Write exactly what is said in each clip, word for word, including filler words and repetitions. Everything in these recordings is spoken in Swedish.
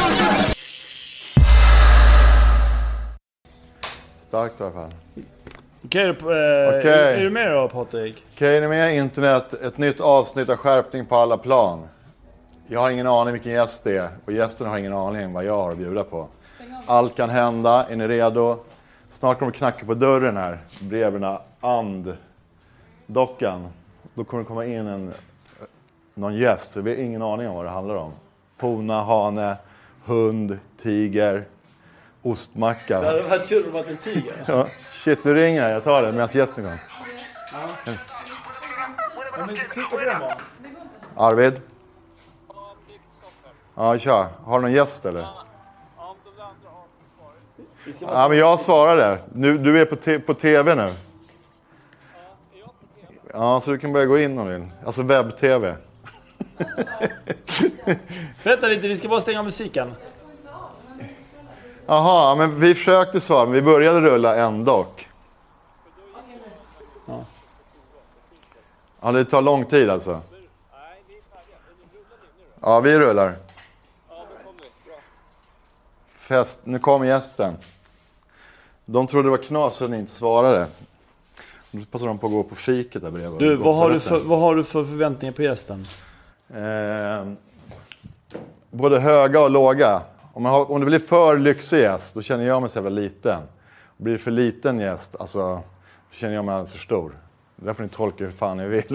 Starkt i alla fall. Okej, eh, Okej. Är, är du med då, Patrik? Okej, ni är med internet. Ett nytt avsnitt av skärpning på alla plan. Jag har ingen aning vilken gäst det är. Och gästen har ingen aning vad jag har att bjuda på. Allt kan hända. Är ni redo? Snart kommer det knacka på dörren här. Bredvid den här and-dockan. Då kommer det komma in en, någon gäst. Så vi har ingen aning om vad det handlar om. Pona, hane, hund, tiger, ostmacka. Det hade varit kul om det var en tiger. Ja, shit, nu ringer jag. Jag tar det medan gästen kommer. Ja. Men titta på den bara. Arvid? Ja, tja. Har du någon gäst eller? Ja, men jag svarade. Nu, du är på, te- på tv nu. Ja, så du kan börja gå in om du vill. Alltså webb-tv. Vänta lite, vi ska bara stänga musiken. Jaha, men vi försökte svara, men vi började rulla ändå. Ja. Ja, det tar lång tid alltså. Ja, vi rullar. Fest, nu kommer gästen. De trodde det var knas så ni inte svarade. Nu passar de på att gå på fiket där bredvid. Du, vad har du, för, vad har du för förväntningar på gästen? Eh, både höga och låga. Om, man har, om det blir för lyxig gäst, då känner jag mig så jävla liten. Blir det för liten gäst, alltså, då känner jag mig alldeles för stor. Där får ni tolka hur fan ni vill.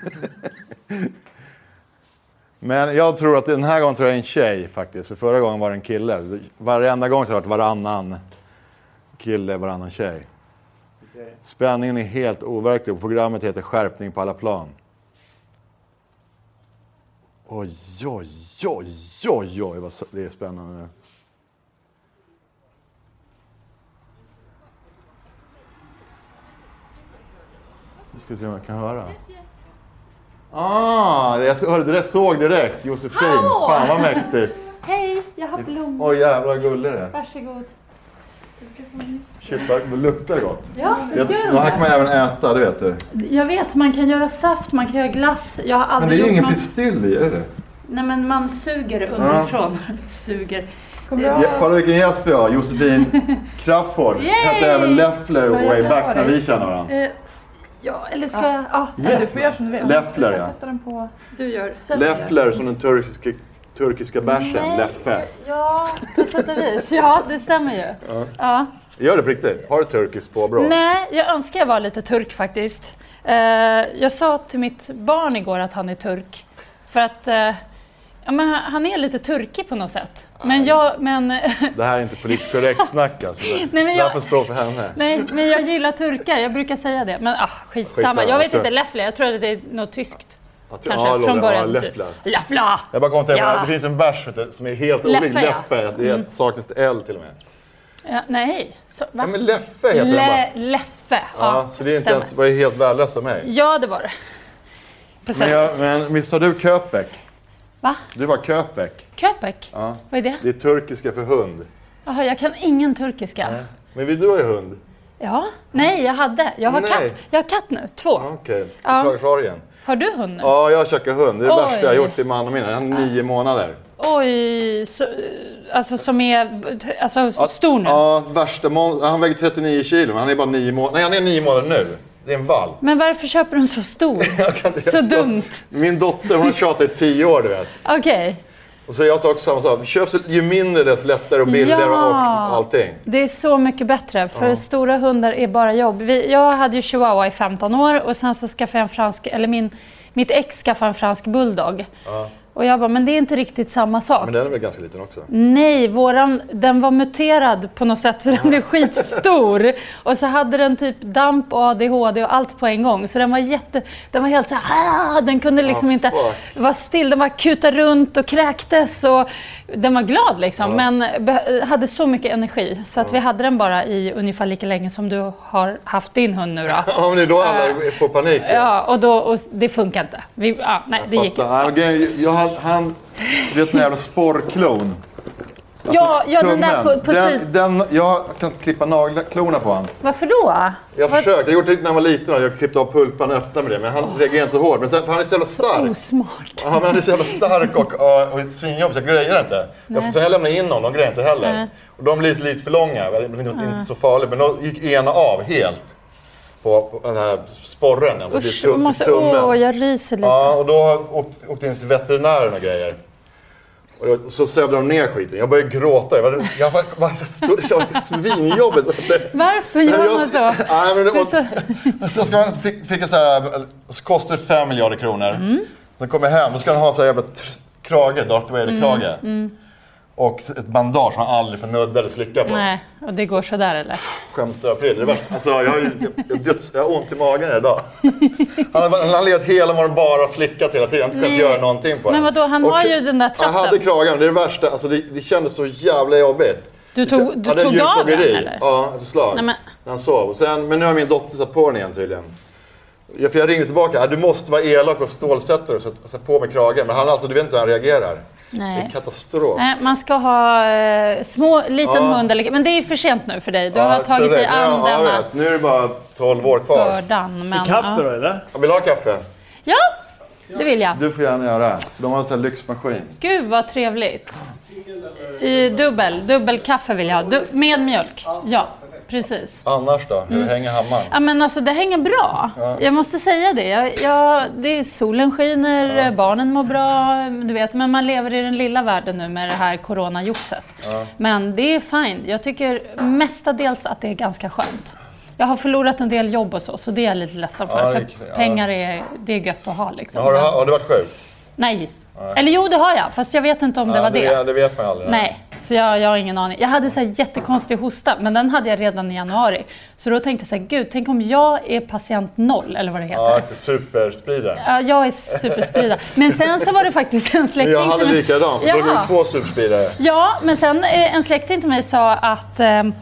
Men jag tror att den här gången tror jag är en tjej faktiskt. För förra gången var det en kille. Varenda gång så har det varit varannan kille, varannan tjej. Okay. Spänningen är helt overklig. Programmet heter Skärpning på alla plan. Oj, oj, oj, oj, oj, vad det är spännande nu. Nu ska vi se om jag kan höra. Ah, jag hörde det, såg direkt. Josefin, Hallå! fan vad mäktigt. Hej, jag har blommor. Oj, jävla gullig det. Varsågod. Shit, det luktar gott. Ja, det jag, gör det. Här kan man även äta, det vet du. Jag vet, man kan göra saft, man kan göra glass. Jag har Men aldrig det är ju ingen någon... pistill i, är det? Nej, men man suger underifrån. Ja. Suger. Ja, kolla vilken gäst vi har. Josefin Crafoord. Hette även Leffler way back när vi känner varandra. Uh, ja, eller ska ja. jag... Ja, ja, du får göra som du vill. Leffler, ja. Sätta den på... Du gör. Leffler som den turkiska, turkiska bärsen. Nej. Leffe. Ja, på sätt och vis. Ja, det stämmer ju. Ja. Ja. Gör det på riktigt. Har du turkiskt påbrå? Nej, jag önskar jag var lite turk faktiskt. Uh, jag sa till mitt barn igår att han är turk. För att... Uh, ja, men han är lite turkig på något sätt. Men jag, men... Det här är inte politiskt korrekt snack alltså. Nej, men jag... jag... får stå för henne. Nej, men jag gillar turkar. Jag brukar säga det. Men ah, skitsamma. skitsamma. Jag vet inte, Leffler. Jag tror att det är något tyskt. Ja, kanske ja, från början. Ja, Leffler. Leffler! Jag bara kom till ja. att det finns en bärs som är helt olik Leffe, Leffe. ja. Det är mm. saknas ett L till och med. Ja, nej. Så, ja, men Leffe heter Le- den bara. Leffe, ja. ja. Så det är inte ens, var helt värdelöst som mig. Ja, det var det. På men, jag, men visst har du Köpek? Va? Du var Köpek. Köpek? Ja. Vad är det? Det är turkiska för hund. Jaha, jag kan ingen turkiska. Nej. Men vill du ha hund? Ja, nej jag hade. Jag har nej. katt. Jag har katt nu, två. Ja, okej, okay. ja. klar igen. Har du hund nu? Ja, jag har käkat hund. Det är det Oj. värsta jag har gjort i man och mina. Han är nio månader. Oj, så, alltså som är alltså, ja, stor nu? Ja, värsta må- han väger trettionio kilo, men han är bara nio månader. Nej, han är nio månader nu. Det är en valp. Men varför köper du en så stor? jag kan inte så dumt. Min dotter, hon har tjatat i tio år, du vet. Okej. Okay. Och så jag sa också samma sak. Köp så, ju mindre desto lättare och billigare ja, och allting. Det är så mycket bättre. För ja. stora hundar är bara jobb. Vi, jag hade ju chihuahua i femton år. Och sen så skaffade jag en fransk... Eller min, mitt ex skaffade en fransk bulldog. Ja. Och jag bara, men det är inte riktigt samma sak. Men den är väl ganska liten också? Nej, våran, den var muterad på något sätt så den blev skitstor. Och så hade den typ damp och A D H D och allt på en gång. Så den var jätte, den var helt så här, den kunde liksom oh, inte vara still. Den var kuta runt och kräktes och den var glad liksom. Ja. Men be- hade så mycket energi. Så att ja. vi hade den bara i ungefär lika länge som du har haft din hund nu då. Ja, men det är då alla uh, får panik. Ja, ja och, då, och det funkar inte. Vi, ja, nej, jag det gick inte. Jag, jag, han, han vet en jävla sporrklon. ja, ja den där på, på den, sid... den, jag kan inte klippa naglarna på han. Varför då? Jag har Vad... försökt, jag gjorde det när jag var liten. Jag klippte av pulpan och öppnade med det. Men han oh. reagerade inte så hårt. Men sen, för han är så jävla stark. Så osmart. Ja, men han är så jävla stark och, och, och svinjobb så jag grejer inte. Jag, sen jag lämnade in dem, de grejer inte heller. Nej. Och de blir lite, lite för långa. Det är inte, mm. inte så farligt. Men då gick ena av helt. På, på den här sporren. Alltså usch, det måste, tummen. Åh, jag ryser lite. Ja, och då åkte, åkte in till veterinären och grejer. Och då, så sövde de ner skiten. Jag började gråta. Jag var, jag var, varför stod jag svinjobbet? Varför gör man så? Nej, men det var, så ska man, fick, fick jag så här, så kostar det fem miljarder kronor. Mm. Sen kommer jag hem, då ska han ha så här jävla krage, Darth Vader-krage. Mm. Mm. Och ett bandage man aldrig får nudda eller slicka på. Nej, och det går så där eller? Skämtar april. Det var, alltså, jag, jag, jag, jag har ont i magen idag. Han har levt hela morgonen bara slickat hela tiden. Han har inte kunnat göra någonting på Men vadå, han och, har ju den där tratten. Han hade kragen, det är det värsta. Alltså, det, det kändes så jävla jobbigt. Du tog, du tog av den eller? Ja, ett slag. Nej, men... När han sov. Och sen, men nu har min dotter satt på den igen tydligen. Jag, för jag ringde tillbaka. Du måste vara elak och stålsätta och sätta på med kragen. Men han alltså, du vet inte hur han reagerar. Nej. Det är katastrof. Nej, man ska ha eh, små, liten ja. hund. Eller, men det är ju för sent nu för dig. Du ja, har tagit dig an ja, denna... Ja, nu är det bara tolv år kvar. Bördan, men, I kaffe ja. då, eller? Jag vill ha kaffe. Ja, det vill jag. Du får gärna göra. De har en sån här lyxmaskin. Gud, vad trevligt. I dubbel, dubbelkaffe vill jag ha. Du, med mjölk, ja. Precis. Annars då? Hur mm. hänger hammaren? Ja, men alltså det hänger bra. Ja. Jag måste säga det. Jag, jag, det är solen skiner, ja. barnen mår bra. Du vet, men man lever i den lilla världen nu med det här coronajoxet. Ja. Men det är fine. Jag tycker mestadels att det är ganska skönt. Jag har förlorat en del jobb och så, så det är jag lite ledsen för. Ja, för ja. pengar är, det är gött att ha. Liksom. Har, du, har du varit sjuk? Nej. Nej. Eller jo, det har jag. Fast jag vet inte om ja, det var det. Det, det vet man aldrig. Nej, så jag, jag har ingen aning. Jag hade så här jättekonstig hosta, men den hade jag redan i januari. Så då tänkte jag så här, gud, tänk om jag är patient noll, eller vad det heter. Ja, superspridare. Ja, jag är superspridare. Men sen så var det faktiskt en släkting till mig. Jag hade likadant, ja. Då var det två superspridare. Ja, men sen en släkting till mig sa att,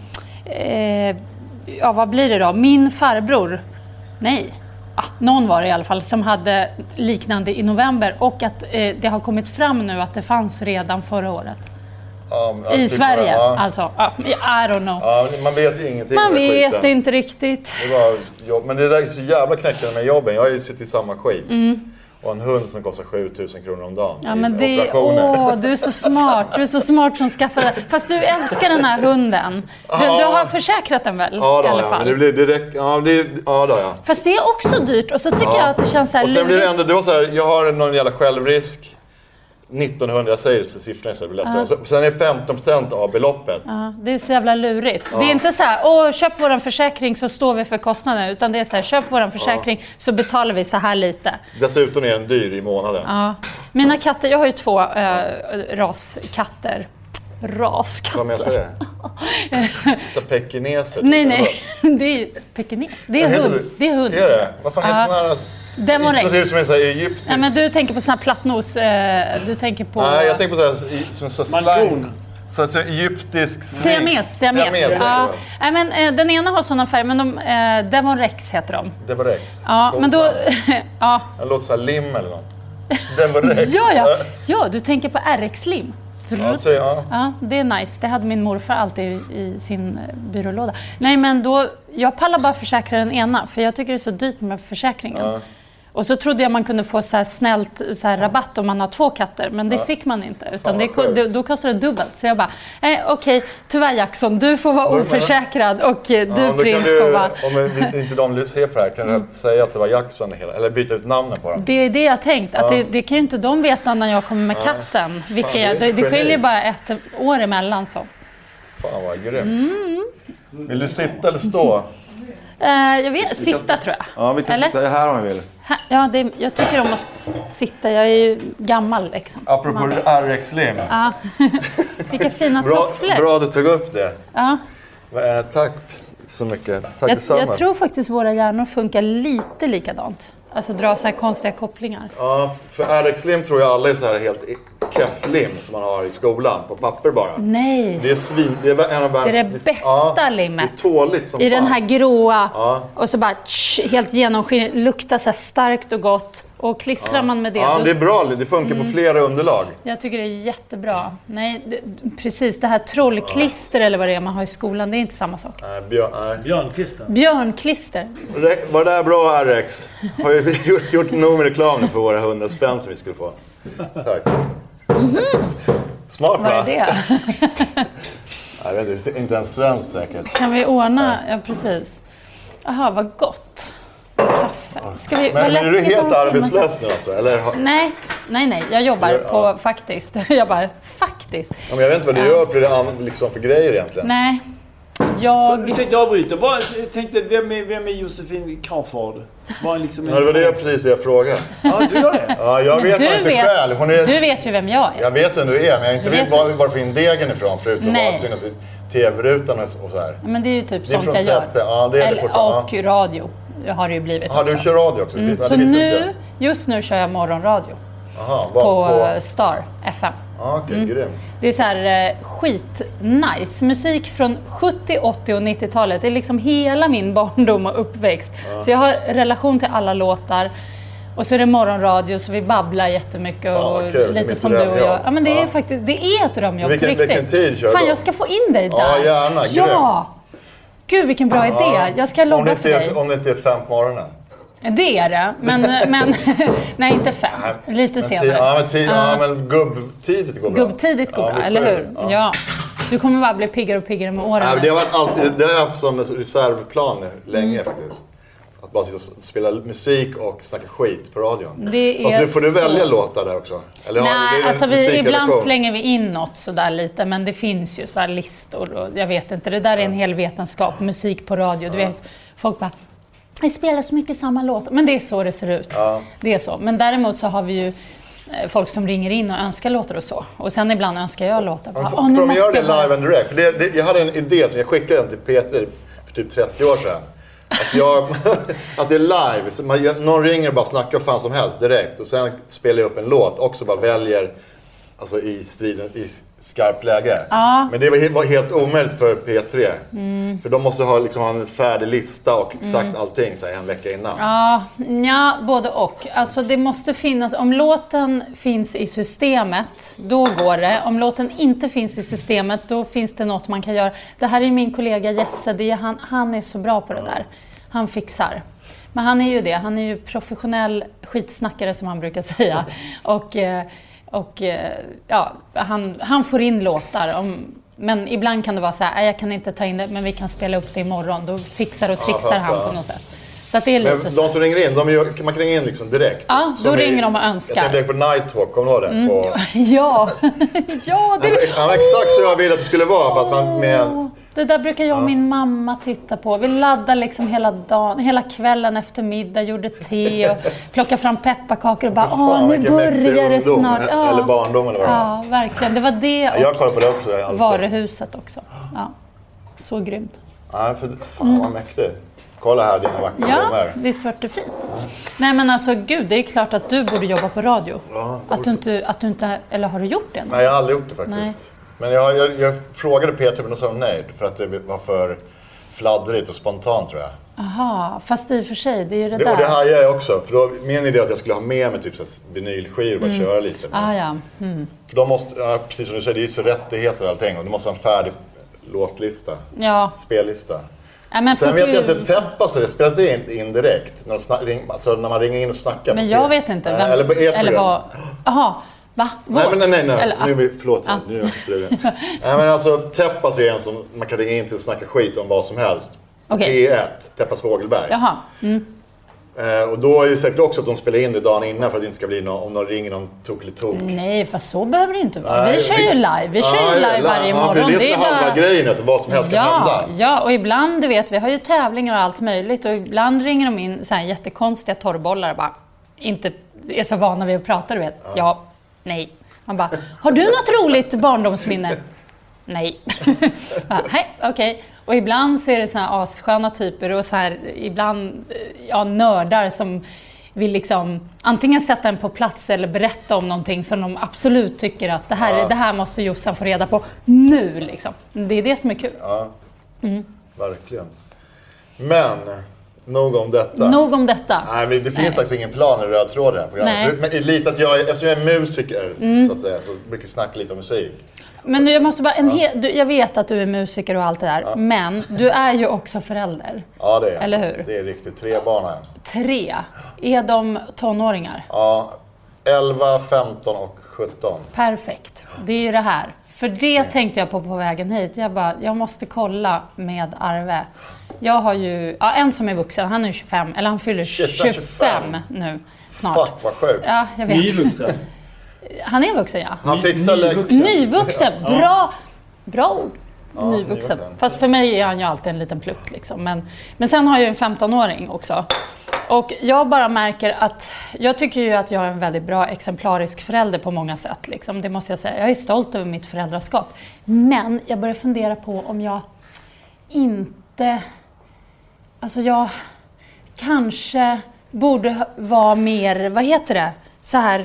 eh, ja vad blir det då? Min farbror, nej. Ah, någon var det i alla fall som hade liknande i november och att eh, det har kommit fram nu att det fanns redan förra året. Um, I Sverige, ja. Alltså. Ja, I don't know. Ja, man vet ju ingenting. Man vet skiten. Inte riktigt. Det var jobb. Men det där är så jävla knäckande med jobben. Jag har ju suttit i samma skit. Mm. Och en hund som kostar sjutusen kronor om dagen. Ja, men det, åh, du är så smart. Du är så smart som skaffar det. Fast du älskar den här hunden. Du, du har försäkrat den väl? Ja, då, i alla ja. fall. Men det blir direkt, ja, det, ja, då, ja. Fast det är också dyrt. Och så tycker ja. jag att det känns så här. Och sen blir det ändå, det var så här, jag har någon jävla självrisk. nittonhundra, jag säger så siffran så blir lättare. Uh. Sen är det femton procent av beloppet. Uh, det är så jävla lurigt. Uh. Det är inte så här, åh, köp våran försäkring så står vi för kostnaden. Utan det är så här, köp våran försäkring uh. så betalar vi så här lite. Dessutom är den dyr i månaden. Uh. Mina katter, jag har ju två uh, raskatter. Raskatter. Vad menar du det? Så pekineser? Nej, nej. Det är pekines. Det är hund. Det är hund. Är det? Vad fan heter uh. sådana här... Demorex. Det är som en sån här egyptisk... Ja, men du tänker på sån här plattnos, eh, du tänker på... Nej, jag tänker på sån här, som så slang. Så, så egyptisk... Siames, siames. siames ja. Nej, men eh, den ena har såna färger, men de, eh, Demorex heter de. Demorex. Ja, men då... ja. Det låter så här lim eller något. Demorex. ja, ja. Ja, du tänker på R X-lim. Ja, ty, ja. ja, det är nice. Det hade min morfar alltid i, i sin byrålåda. Nej, men då... Jag pallar bara försäkra den ena, för jag tycker det är så dyrt med försäkringen. Ja. Och så trodde jag man kunde få så här snällt så här rabatt om man har två katter. Men det ja. fick man inte. Utan det, det, då kostar det dubbelt. Så jag bara, eh, okej, okay, tyvärr Jackson, du får vara oförsäkrad. Och du ja, prins du, får vara... Om inte de ser på det här, kan du mm. säga att det var Jackson hela, eller byta ut namnen på dem? Det är det jag tänkt. Att ja. det, det kan ju inte de veta när jag kommer med ja. katten. Vilka fan, jag, det, det skiljer bara ett år emellan så. Fan vad grymt. Mm. Vill du sitta eller stå? Uh, jag vet, sitta kan, tror jag. Ja, vi kan eller? Sitta här om vi vill. Ja, det, jag tycker om att sitta. Jag är ju gammal liksom. Apropå R X-lim. Ja. Vilka fina bra, tofflor. Bra att du tog upp det. Ja. Eh, tack så mycket. Tack jag, jag tror faktiskt våra hjärnor funkar lite likadant. Alltså dra så här konstiga kopplingar. Ja, för R X-lim tror jag alla är så här helt kefflim som man har i skolan på papper bara. Nej. Det är svin, det är en av Det är det bästa ja, limmet. Det är tåligt som I fan. den här gråa. Ja. Och så bara tsch, helt genomskinligt. Luktar så här starkt och gott. Och klistrar ja. man med det. Ja, då... det är bra. Det funkar mm. på flera underlag. Jag tycker det är jättebra. Nej, det, precis. Det här trollklister ja. eller vad det är man har i skolan. Det är inte samma sak. Nej, björ, nej. Björnklister. Björnklister. Var det där bra, R X? Har vi gjort, gjort nog med reklam nu för våra hundra spänn som vi skulle få? Tack. Mm-hmm. Smart, vad är det? Jag vet inte, inte ens svensk säkert. Kan vi ordna? Ja, precis. Jaha, vad gott. Kaffe. Ska vi, men men är du helt arbetslös nu alltså? Eller? Nej, nej, nej. Jag jobbar Gör, på ja. faktiskt. Jag jobbar faktiskt. Ja, men jag vet inte vad du ja. gör för det är liksom för grejer egentligen. Nej. Jag... Ursäkta, jag avbryter. Bara, jag tänkte, vem är, vem är Josefin Crawford? Bara liksom en... Ja, det var det jag precis det jag frågade. Ja, du gör det? Ja, jag men vet inte vet, själv. Hon är... Du vet ju vem jag är. Jag vet vem du är, men jag inte vet var, var får in degen ifrån förutom Nej. att synas i tv-rutan och så här. Men det är ju typ det är sånt jag gör. Sättet. Ja, det är Eller, det och ja. radio. Det har det ju blivit ja, också. Du kör radio också? Mm, det, så det nu, just nu kör jag morgonradio. Aha, var, på, på Star F M. Ah, okej, okay, mm. grym. Det är så här eh, skit-nice. Musik från sjuttio, åttio och nittiotalet. Det är liksom hela min barndom och uppväxt. Ja. Så jag har relation till alla låtar. Och så är det morgonradio så vi babblar jättemycket och ah, okay. lite som du och jag. Ja, men det är ja. faktiskt det är ett drömjobb vilken, på riktigt. Vilken tid kör Fan, du? jag ska få in dig där. Ja, gärna. Grym. Ja! Gud, vilken bra ja. idé. Jag ska lobba för dig. Om det inte är fem på morgonen. Det är det, men, men nej, inte fem. Nej, lite senare. Tid, ja, men, tid, uh, ja, men gubbtidigt går bra. Gubbtidigt går ja, bra, eller hur? Ja. ja. Du kommer bara bli piggare och piggare med åren. Nej, det har varit alltid, det har jag haft som reservplan länge mm. faktiskt. Att bara sitta och spela musik och snacka skit på radion. Det är Fast du får du så... välja låtar där också? Eller nej, har, det alltså vi, ibland slänger vi in något sådär lite. Men det finns ju så här listor och jag vet inte. Det där är en hel vetenskap, musik på radio. Du vet, folk bara... Vi spelar så mycket samma låt. Men det är så det ser ut. Ja. Det är så. Men däremot så har vi ju folk som ringer in och önskar låtar och så. Och sen ibland önskar jag låtar. Bara, för, för de gör det live and direct. Det, det, jag hade en idé som jag skickade den till P tre för typ trettio år sedan. Att, jag, att det är live. Så man, någon ringer och bara snackar fan som helst direkt. Och sen spelar jag upp en låt och så bara väljer alltså i striden, i skarpt läge. Ja. Men det var, var helt omöjligt för P tre. Mm. För de måste ha, liksom, ha en färdig lista och exakt mm. allting så här, en vecka innan. Ja, ja, både och. Alltså det måste finnas, om låten finns i systemet, då går det. Om låten inte finns i systemet, då finns det något man kan göra. Det här är min kollega Jesse, det är, han, han är så bra på det där. Han fixar. Men han är ju det, han är ju professionell skitsnackare som han brukar säga. Och... Och ja, han, han får in låtar. Om, men ibland kan det vara så här, jag kan inte ta in det, men vi kan spela upp det imorgon. Då fixar och trixar ja, han på något sätt. Så att det är lite men så. De som ringer in, de gör, man kan ringa in liksom direkt. Ja, då ringer i, de och önskar. Jag tänkte på Night Talk, kommer du ihåg det? Mm, på... ja, ja det är ja, exakt så jag ville att det skulle vara. Fast man med... Det där brukar jag och min mamma titta på. Vi laddar liksom hela dagen, hela kvällen efter middag, gjorde te och plockade fram pepparkakor och bara, åh, nu börjar det snart. Ja. Eller barndom eller vad det var. Ja, verkligen. Det var det och jag kollar på det också. varuhuset också. Ja, så grymt. Ja, för fan mm. vad mäktigt. Kolla här dina vackra ja, blommor. Ja, visst vart det fint. Ja. Nej men alltså gud, det är klart att du borde jobba på radio. Ja, att, du inte, att du inte, eller har du gjort det? Nej, jag har aldrig gjort det faktiskt. Nej. Men jag, jag, jag frågade Peter men de sa nej för att det var för fladdrigt och spontant tror jag. Aha, fast i och för sig, det är ju det, det där. Och det hajade jag också. För då, min idé är att jag skulle ha med mig typ så vinylskivor och bara mm. köra lite. Ah, ja. Mm. För de måste, ja, precis som du säger, det är ju så rättigheter och allting. Och du måste ha en färdig låtlista. Ja. Spellista. Ja, men sen vet du... jag inte, Teppa så det spelas in, in direkt. När, snack, ring, alltså, när man ringer in och snackar. Men jag vet inte. Vem, eller på ert eller vad... Jaha. Va? Nej, men nej, nej, nej. Eller, nu är vi, förlåt, ah. nu är jag strugen. Nej, men alltså, Teppas är en som man kan ringa in till och snacka skit om vad som helst. Okay. P ett, Teppas Fågelberg. Jaha. Mm. Eh, och då är det säkert också att de spelar in det dagen innan för att det inte ska bli någon, om de ringer någon tokelig-tok. Nej, för så behöver det inte vara. Nej, vi kör ju live. Vi kör ju live varje ja, morgon. För det är, det är halva bara... grejen, att vad som helst ja, kan hända. Ja, och ibland, du vet, vi har ju tävlingar och allt möjligt. Och ibland ringer de in så här jättekonstiga torrbollar och bara inte är så vana vid att prata, du vet. Ja, ja nej. Man bara, har du något roligt barndomsminne? Nej. Nej, okej. Okay. Och ibland så är det så här assköna typer och så här, ibland ja, nördar som vill liksom antingen sätta en på plats eller berätta om någonting som de absolut tycker att det här, ja. det här måste Jossan få reda på nu liksom. Det är det som är kul. Ja, mm. verkligen. Men, nog om detta. Nog om detta. Nej, men det finns Nej. faktiskt ingen plan i röd tråd i det här programmet. Men lite att jag, eftersom jag är musiker mm. så att säga, så brukar jag snacka lite om musik. Men nu, jag måste bara, en he- du, jag vet att du är musiker och allt det där, ja. men du är ju också förälder. Ja, det är Eller hur? Det är riktigt. Tre barn här. Tre? Är de tonåringar? Ja, elva, femton och sjutton. Perfekt. Det är ju det här. För det mm. tänkte jag på på vägen hit. Jag bara, jag måste kolla med Arve. Jag har ju, ja, en som är vuxen, han är tjugofem, eller han fyller Shit, tjugofem, tjugofem nu snart. Fuck, vad sjukt. Ja, jag vet. Nyvuxen. Han är vuxen, ja. Han fixar nyvuxen. Nyvuxen, bra, bra ord. Ja, nyvuxen. nyvuxen. Fast för mig är han ju alltid en liten plutt liksom. Men, men sen har jag ju en femtonåring också. Och jag bara märker att, jag tycker ju att jag är en väldigt bra exemplarisk förälder på många sätt. Liksom. Det måste jag säga. Jag är stolt över mitt föräldraskap. Men jag börjar fundera på om jag inte, alltså jag kanske borde vara mer, vad heter det, så här.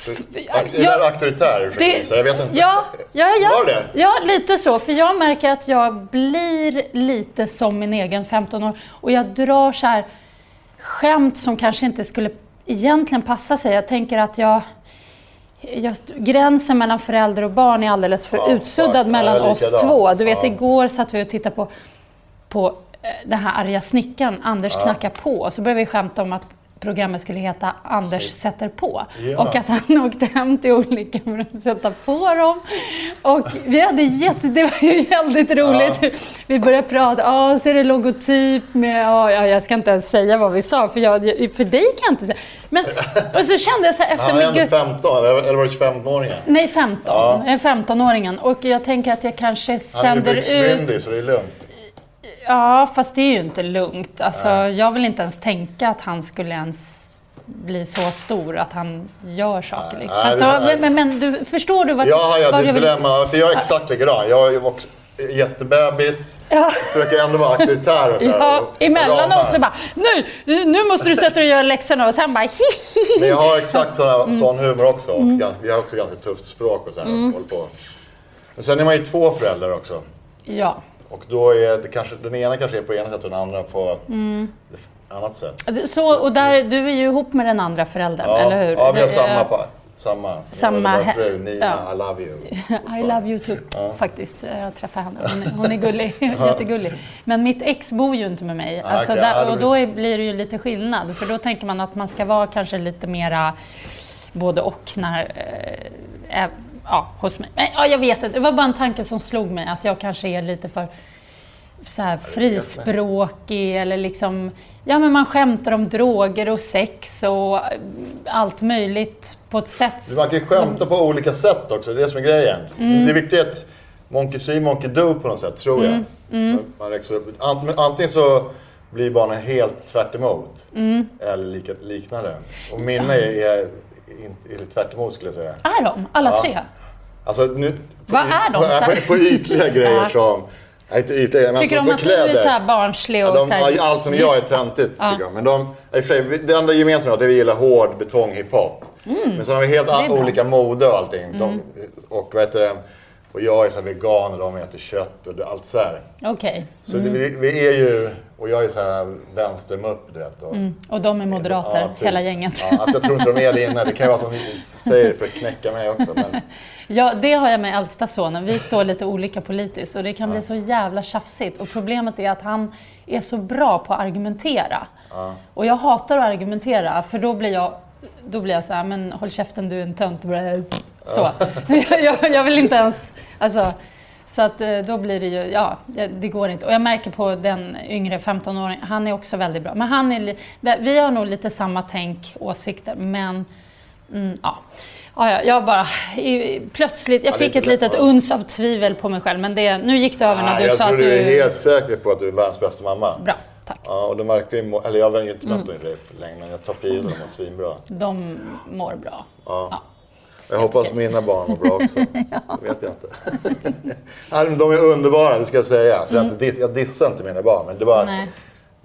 Är det auktoritär? Det, jag vet inte. Ja, ja, ja. Var det? Ja, lite så. För jag märker att jag blir lite som min egen femton år. Och jag drar så här skämt som kanske inte skulle egentligen passa sig. Jag tänker att jag... Just, gränsen mellan förälder och barn är alldeles för ja, utsuddad fuck. mellan ja, oss två. Du vet, ja. igår satt vi och tittade på, på den här arga snickaren. Anders ja. knackar på. Och så började vi skämta om att programmet skulle heta Anders sätter på. Ja. Och att han åkte hem till olika för att sätta på dem. Och vi hade jätte, det var ju väldigt roligt. Ja. Vi började prata, ja så är det logotyp med, ja jag ska inte ens säga vad vi sa, för, jag, för dig kan jag inte säga. Men, och så kände jag så här efter mycket... Han är femton, eller var det tjugofem-åringen? Nej, femton. Ja. Jag är femton-åringen. Och jag tänker att jag kanske sänder ut... Han är byxmyndig, så det är lugnt. Ja, fast det är ju inte lugnt. Alltså, jag vill inte ens tänka att han skulle ens bli så stor att han gör saker. Liksom. Nej, fast, det, men, men du, förstår du vad... Ja, ja, vad det är dilemma. För jag är exakt likadan. Jag är också jättebebis. Ja. Försöker ändå vara auktoritär och så här. Ja, och, emellanåt så bara, nu, nu måste du sätta dig och göra läxorna. Och sen bara, hihihi. Men jag har exakt sån, mm. sån humor också. Och mm. ganska, vi har också ganska tufft språk och så här. Mm. Och på. Men sen är man ju två föräldrar också. Ja. Och då är det kanske, den ena kanske är på ena sätt och den andra på mm. annat sätt. Så, och där, du är ju ihop med den andra föräldern, ja, eller hur? Ja, vi har du, samma på. Samma. Samma fru, Nina, ja. I love you. I love you too, ja. faktiskt. Jag träffar henne. Hon är, hon är gullig, jättegullig. Men mitt ex bor ju inte med mig. Ah, alltså, okay. där, och då är, blir det ju lite skillnad. För då tänker man att man ska vara kanske lite mera både och när... Äh, ja, hos mig. Men, ja, jag vet inte. Det var bara en tanke som slog mig. Att jag kanske är lite för... så här frispråkig eller liksom, ja men man skämtar om droger och sex och allt möjligt på ett sätt. Man kan skämta som... på olika sätt också, det är det som är grejen. Mm. Det är viktigt att monkey see, monkey do på något sätt, tror jag. Mm. Mm. Man liksom, antingen så blir barnen helt tvärt emot mm. eller lika, liknande. Och mina är, är, är tvärt emot skulle jag säga. Är de? Alla ja. tre? Alltså nu... Vad är de? På, på, på ytliga grejer som... Nej, inte ytliga, men tycker de att kläder. Du är så här barnslig och ja, de, så här... Allt som jag är töntigt, ja. tycker de. Men de, det enda gemensamma är att vi gillar hård betong hiphop. Mm. Men sen har vi helt an, olika mode och allting. Mm. De, och vad heter det? Och jag är så här vegan och de äter kött och allt så här. Okej. Okay. Så mm. vi, vi är ju, och jag är så här vänstermupp, du vet. Och, mm. och de är moderater, ja, typ, hela gänget. Ja, alltså jag tror inte de är det inne. Det kan ju vara att de säger det för att knäcka mig också. Men... Ja, det har jag med äldsta sonen. Vi står lite olika politiskt och det kan ja. bli så jävla tjafsigt. Och problemet är att han är så bra på att argumentera. Ja. Och jag hatar att argumentera, för då blir jag, då blir jag så här, men håll käften, du är en tönt. Så. Ja. jag, jag vill inte ens... Alltså, så att då blir det ju, ja, det går inte. Och jag märker på den yngre femton-åringen, han är också väldigt bra. Men han är, vi har nog lite samma tänk, åsikter, men mm, ja. Ja, jag bara, plötsligt, jag ja, fick ett litet uns av tvivel på mig själv, men det, nu gick det över när ja, du sa att du... Jag tror du är helt säker på att du är världens bästa mamma. Bra, tack. Ja, och de märker ju, eller jag har ju inte mött dem mm. i längre, men jag tar för givet att de är svinbra. De mår bra. Ja. ja. Jag hoppas att mina barn mår bra också. ja. Det vet jag inte. ja, de är underbara, det ska jag säga. Så mm. jag, inte, jag dissar inte mina barn, men det var att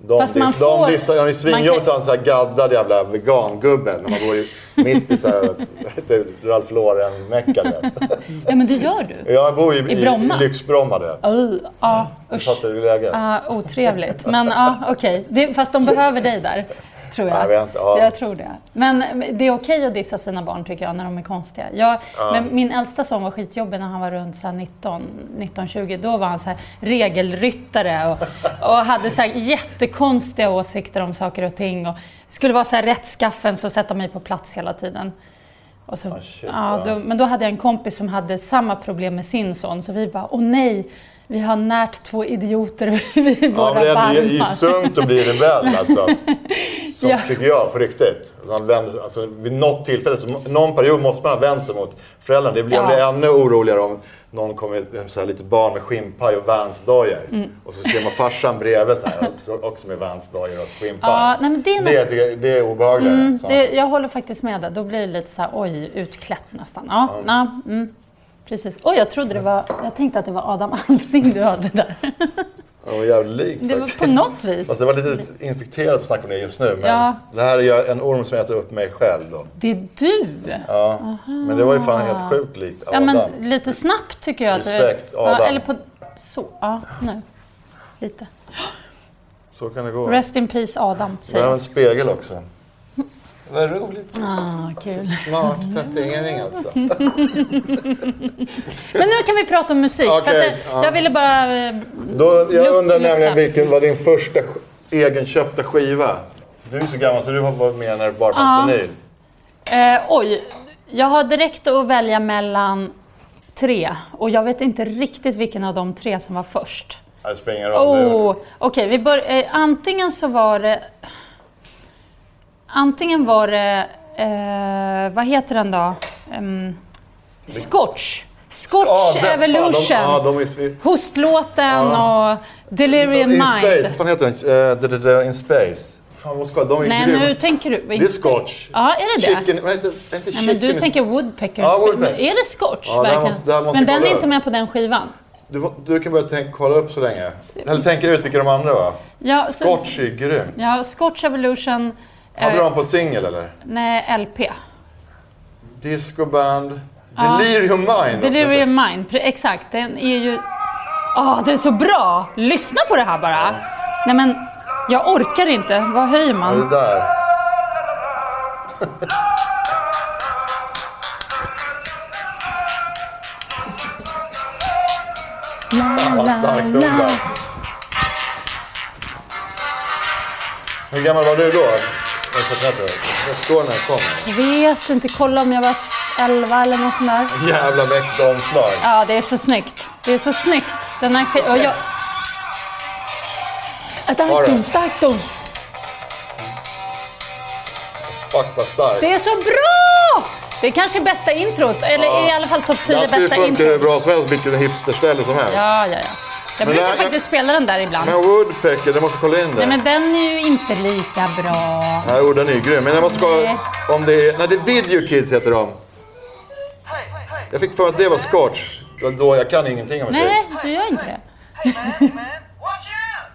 De, Fast man de, får... de dissar, de är svinjobbigt att ha en sån här gaddad jävla vegangubbe när man går i, mitt i så här, vad heter Ralph Lauren-mecka. Ja, men det gör du. Jag bor i, I, i, Bromma. i Lyxbromma, du vet. Uh, ja, usch. Fattar du läget? Ja, otrevligt. Men ja, okej. Okay. Fast de behöver dig där. Tror jag. Jag vet inte, ja. Jag tror det. Men det är okej att dissa sina barn tycker jag när de är konstiga. Jag, Ja. men min äldsta son var skitjobbig när han var runt så här nitton, nitton tjugo. Då var han så här regelryttare och, och hade så här jättekonstiga åsikter om saker och ting. Och skulle vara så här rättskaffen så sätta mig på plats hela tiden. Och så, Ah, shit, ja, ja. då, men då hade jag en kompis som hade samma problem med sin son. Så vi bara, åh nej, vi har närt två idioter vid Ja, våra men det är, det är ju barmar. sunt att bli rebell alltså. Som, Ja. tycker jag, på riktigt. Man vänder, alltså, vid något tillfälle, så någon period måste man vända sig mot föräldrarna. Det blir, Ja. Jag blir ännu oroligare om någon kommer med så här lite barn med skinnpaj och Vans-dojor. Mm. Och så ser man farsan bredvid så här, också, också med Vans-dojor och skinnpaj. Ja, nej, men det är det, nästan- det, det är obehagligare. Mm, så. det, jag håller faktiskt med dig. Då blir det lite så här, oj, utklätt nästan. Ja, ja. Mm, precis. Oj, jag trodde det var, jag tänkte att det var Adam Alsing du hade där. Det var jävligt likt Det var faktiskt. på något vis. Alltså, det var lite infekterat att snacka om det just nu. Men Ja. det här är ju en orm som äter upp mig själv då. Det är du. Ja. Men det var ju fan helt sjukt likt Ja, Adam. men lite snabbt tycker jag. Att Respekt, det, ja, Adam. eller på, så, ja, nu. Lite. Så kan det gå. Rest in peace Adam, Det säger var en jag. spegel också. Vad roligt. Ah, kul. Smart tatuering alltså. Men nu kan vi prata om musik. Okej, för att det, ja. Jag ville bara... eh, Då, jag luft- undrar lufta. nämligen vilken var din första sk- egenköpta skiva? Du är så gammal så du har varit med när det bara fanns Ja. vinyl. Eh, oj, jag har direkt att välja mellan tre. Och jag vet inte riktigt vilken av de tre som var först. Ja, det spelar ingen roll. nu. Oh, Okej, vi bör, eh, antingen så var det... Antingen var det... Eh, vad heter den då? Um, Scotch. Scotch Ja, den- Evolution. fan, de, ja, de är svin- Hostlåten Ja. och Delirium In Space, Mind. vad fan heter den? Uh, the, the, the, in Space. Fan vad ska de är Nej, grymma. nu tänker du... Det är Scotch. Ja, är det det? Chicken, vad heter, är inte Nej, men du chicken- tänker Woodpecker. Ja, Woodpecker. Är det Scotch? Ja, det här verkligen? måste- det här måste men jag den kolla är inte upp. med på den skivan. Du, du kan börja tänka, kolla upp så länge. Eller tänka ut vilka de andra var. Ja, så- Scotch är grym. Ja, Scotch Evolution. Hade eh, de på singel eller? Nej, L P. Discoband. Delirium Mind. också. Delirium Mind, pre- exakt. Den är ju... Åh, det är så bra! Lyssna på det här bara. Nej men, jag orkar inte. Vad höjer Ja, man? det där. Fan vad starkt de där. Hur gammal var du då? Jag står när jag kom. Jag vet inte, kolla om jag var elva eller något sånt där. Jävla mäktigt omslag. Ja, det är så snyggt. Det är så snyggt. Den här sk- och jag... Darkton, Darkton. Fuck vad starkt. Det är så bra! Det är kanske bästa introt, eller Ja. i alla fall topp tio Jag skulle bästa funka hur introt. bra som helst, vilket hipsterställe som helst. Ja, ja, ja. Jag Men brukar det här- faktiskt spela den där ibland. Men Woodpecker, det måste kolla in det. Nej, men den är ju inte lika bra. Nej, jo, den är ju grym. Men jag måste kolla Nej. om det är... Nej, det är Video Kids heter de. Jag fick för att det var Scotch. Det var Då jag kan ingenting om musik. Nej, du gör inte det. Hey man, hey man, watch out!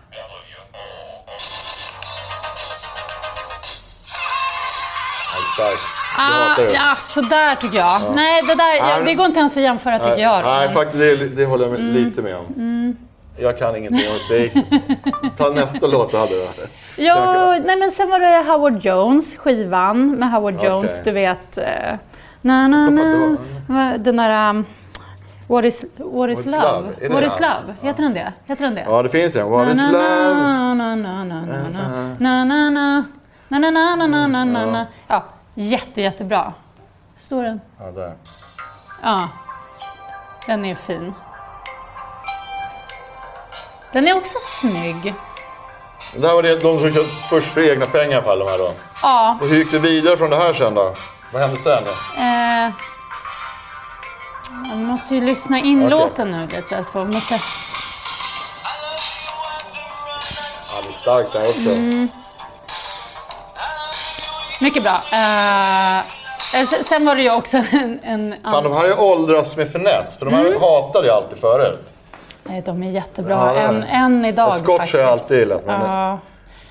Ja, det är starkt. Jag Ah, hatar det. ja, sådär tycker jag. Nej, det, där, ja, det går inte ens att jämföra tycker Nej, jag. nej faktiskt, det, det håller jag med Mm. lite med om. Jag kan ingenting om musik. Ta nästa låt du hade då. Ja, nej, men sen var det Howard Jones, skivan med Howard Jones. Okej. Du vet... Eh, na, na, na, den där... Um, What is, what is What is love? love? Är det What det? is love? Heter den det? Heter den det? Ja, det finns en. What is Na, love? na, na, na, na, na, na, na, na, na, na, na, na, na, na, na, na. Ja, jätte, jättebra. Står den? Ja, där. Ja. Den är fin. Den är också snygg. Det här var det, de som köpte först för egna pengar i alla fall, de här då. Ja. Och hur gick du vidare från det här sen då? Vad hände sen då? Eh, jag måste ju lyssna in Okej. låten nu lite. Så måste... Ja, det är starkt där också. Mm. Mycket bra. Eh, sen- sen var det ju också en... en Fan, de här är åldras med finess. För de här Mm. hatade jag alltid förut. Nej, de är jättebra. Ja, det är än, det. än idag Scotch har faktiskt. jag alltid gillat, men- Ja.